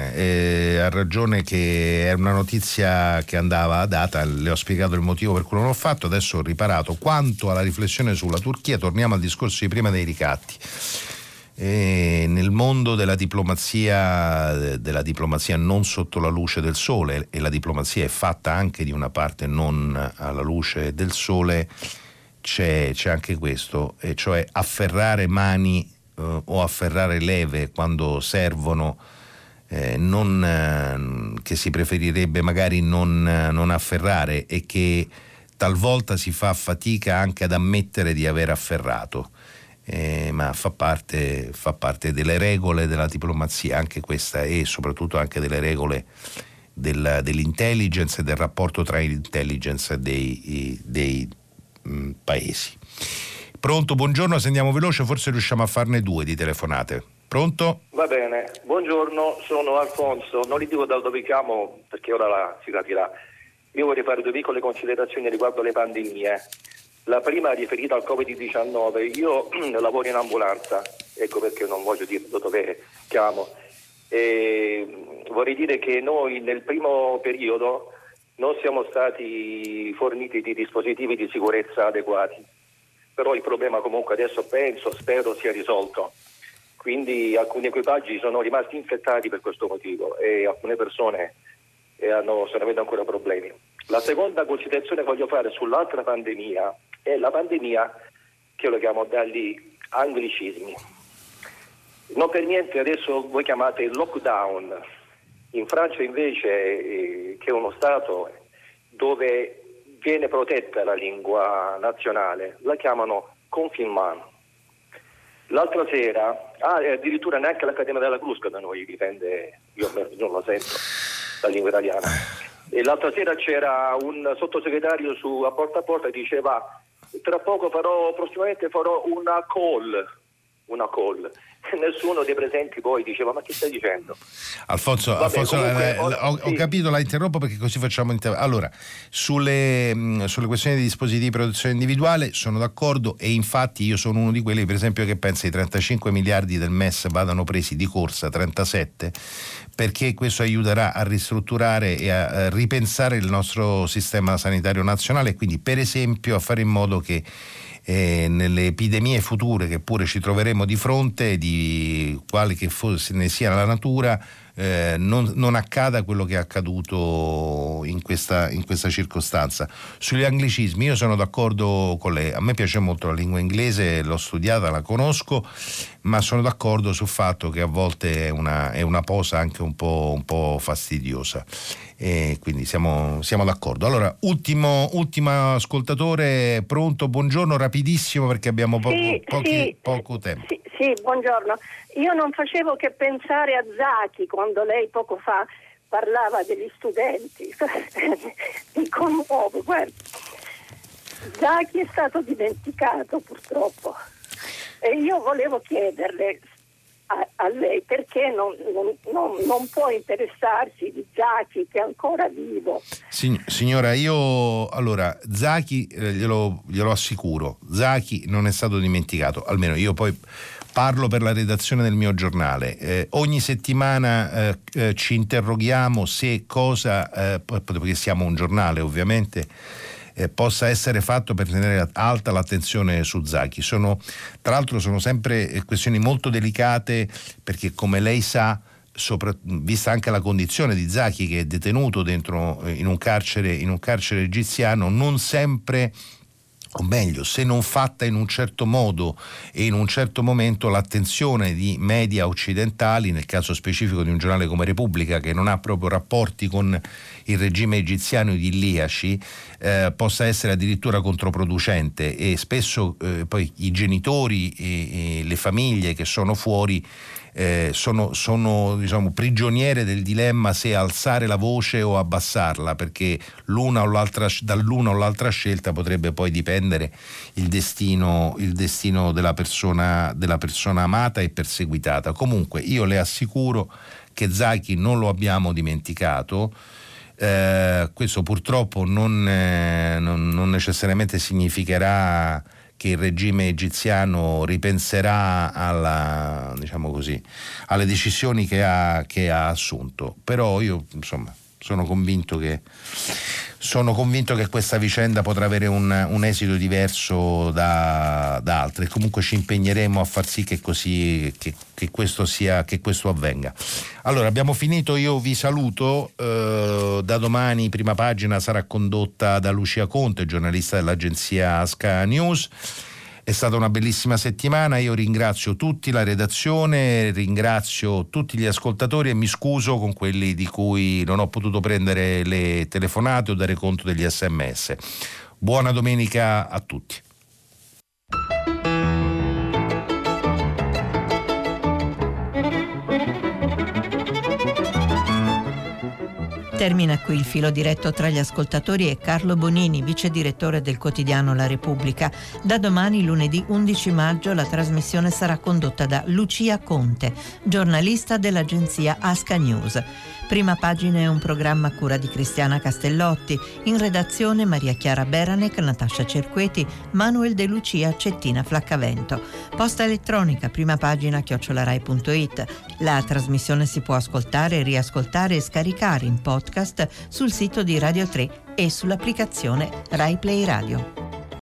ragione che è una notizia che andava data. Le ho spiegato il motivo per cui non l'ho fatto, adesso ho riparato. Quanto alla riflessione sulla Turchia, torniamo al discorso di prima dei ricatti. Nel mondo della diplomazia non sotto la luce del sole, e la diplomazia è fatta anche di una parte non alla luce del sole, c'è anche questo, e cioè afferrare mani o afferrare leve quando servono, che si preferirebbe magari non afferrare, e che talvolta si fa fatica anche ad ammettere di aver afferrato. Ma fa parte delle regole della diplomazia anche questa, e soprattutto anche delle regole dell'intelligence e del rapporto tra l'intelligence dei paesi. Pronto, buongiorno, se andiamo veloce forse riusciamo a farne 2 di telefonate. Pronto? Va bene, buongiorno, sono Alfonso, non gli dico da dove chiamo perché ora si capirà. Io vorrei fare 2 piccole considerazioni riguardo le pandemie. La prima riferita al Covid-19, io lavoro in ambulanza, ecco perché non voglio dire da dove chiamo. Vorrei dire che noi nel primo periodo non siamo stati forniti di dispositivi di sicurezza adeguati, però il problema comunque adesso spero sia risolto. Quindi alcuni equipaggi sono rimasti infettati per questo motivo e alcune persone stanno avendo ancora problemi. La seconda considerazione che voglio fare sull'altra pandemia è la pandemia che io lo chiamo dagli anglicismi. Non per niente adesso voi chiamate lockdown. In Francia invece, che è uno Stato dove viene protetta la lingua nazionale, la chiamano confinement. L'altra sera, addirittura neanche l'Accademia della Crusca da noi dipende, io non lo sento, la lingua italiana. E l'altra sera c'era un sottosegretario a porta e diceva prossimamente farò una call. Nessuno dei presenti poi diceva ma che stai dicendo? Alfonso, ho capito, la interrompo perché così facciamo allora sulle questioni dei dispositivi di protezione individuale sono d'accordo, e infatti io sono uno di quelli per esempio che pensa i 35 miliardi del MES vadano presi di corsa, 37, perché questo aiuterà a ristrutturare e a ripensare il nostro sistema sanitario nazionale, e quindi per esempio a fare in modo che nelle epidemie future che pure ci troveremo di fronte, di quale che ne sia la natura, non accada quello che è accaduto in questa circostanza. Sugli anglicismi io sono d'accordo con lei, a me piace molto la lingua inglese, l'ho studiata, la conosco, ma sono d'accordo sul fatto che a volte è una posa anche un po' fastidiosa, e quindi siamo d'accordo. Allora, ultimo ascoltatore, pronto, buongiorno, rapidissimo perché abbiamo poco tempo. Sì, buongiorno. Io non facevo che pensare a Zaki quando lei poco fa parlava degli studenti. Mi commuovo, guarda. Zaki è stato dimenticato purtroppo, e io volevo chiederle a lei, perché non può interessarsi di Zaki, che è ancora vivo. Signora, Zaki, glielo assicuro, Zaki non è stato dimenticato, almeno io poi parlo per la redazione del mio giornale. Ogni settimana ci interroghiamo se cosa, perché siamo un giornale ovviamente, possa essere fatto per tenere alta l'attenzione su Zaki. Tra l'altro sono sempre questioni molto delicate, perché come lei sa, vista anche la condizione di Zaki, che è detenuto dentro in un carcere egiziano, non sempre, o meglio, se non fatta in un certo modo e in un certo momento, l'attenzione di media occidentali, nel caso specifico di un giornale come Repubblica, che non ha proprio rapporti con il regime egiziano idilliaci, possa essere addirittura controproducente, e spesso poi i genitori e le famiglie che sono fuori sono diciamo prigioniere del dilemma se alzare la voce o abbassarla, perché dall'una o l'altra scelta potrebbe poi dipendere il destino della persona amata e perseguitata. Comunque io le assicuro che Zaki non lo abbiamo dimenticato. Questo purtroppo non necessariamente significherà che il regime egiziano ripenserà alle decisioni che ha assunto, però io sono convinto che questa vicenda potrà avere un esito diverso da altre, e comunque ci impegneremo a far sì che questo avvenga. Allora, abbiamo finito, io vi saluto. Da domani Prima Pagina sarà condotta da Lucia Conte, giornalista dell'agenzia ASCA News. È stata una bellissima settimana, io ringrazio tutti, la redazione, ringrazio tutti gli ascoltatori e mi scuso con quelli di cui non ho potuto prendere le telefonate o dare conto degli SMS. Buona domenica a tutti. Termina qui il filo diretto tra gli ascoltatori e Carlo Bonini, vice direttore del quotidiano La Repubblica. Da domani, lunedì 11 maggio, la trasmissione sarà condotta da Lucia Conte, giornalista dell'agenzia ASCA News. Prima Pagina è un programma a cura di Cristiana Castellotti, in redazione Maria Chiara Beranec, Natascia Cerqueti, Manuel De Lucia, Cettina Flaccavento. Posta elettronica primapagina@rai.it. La trasmissione si può ascoltare, riascoltare e scaricare in podcast sul sito di Radio 3 e sull'applicazione Rai Play Radio.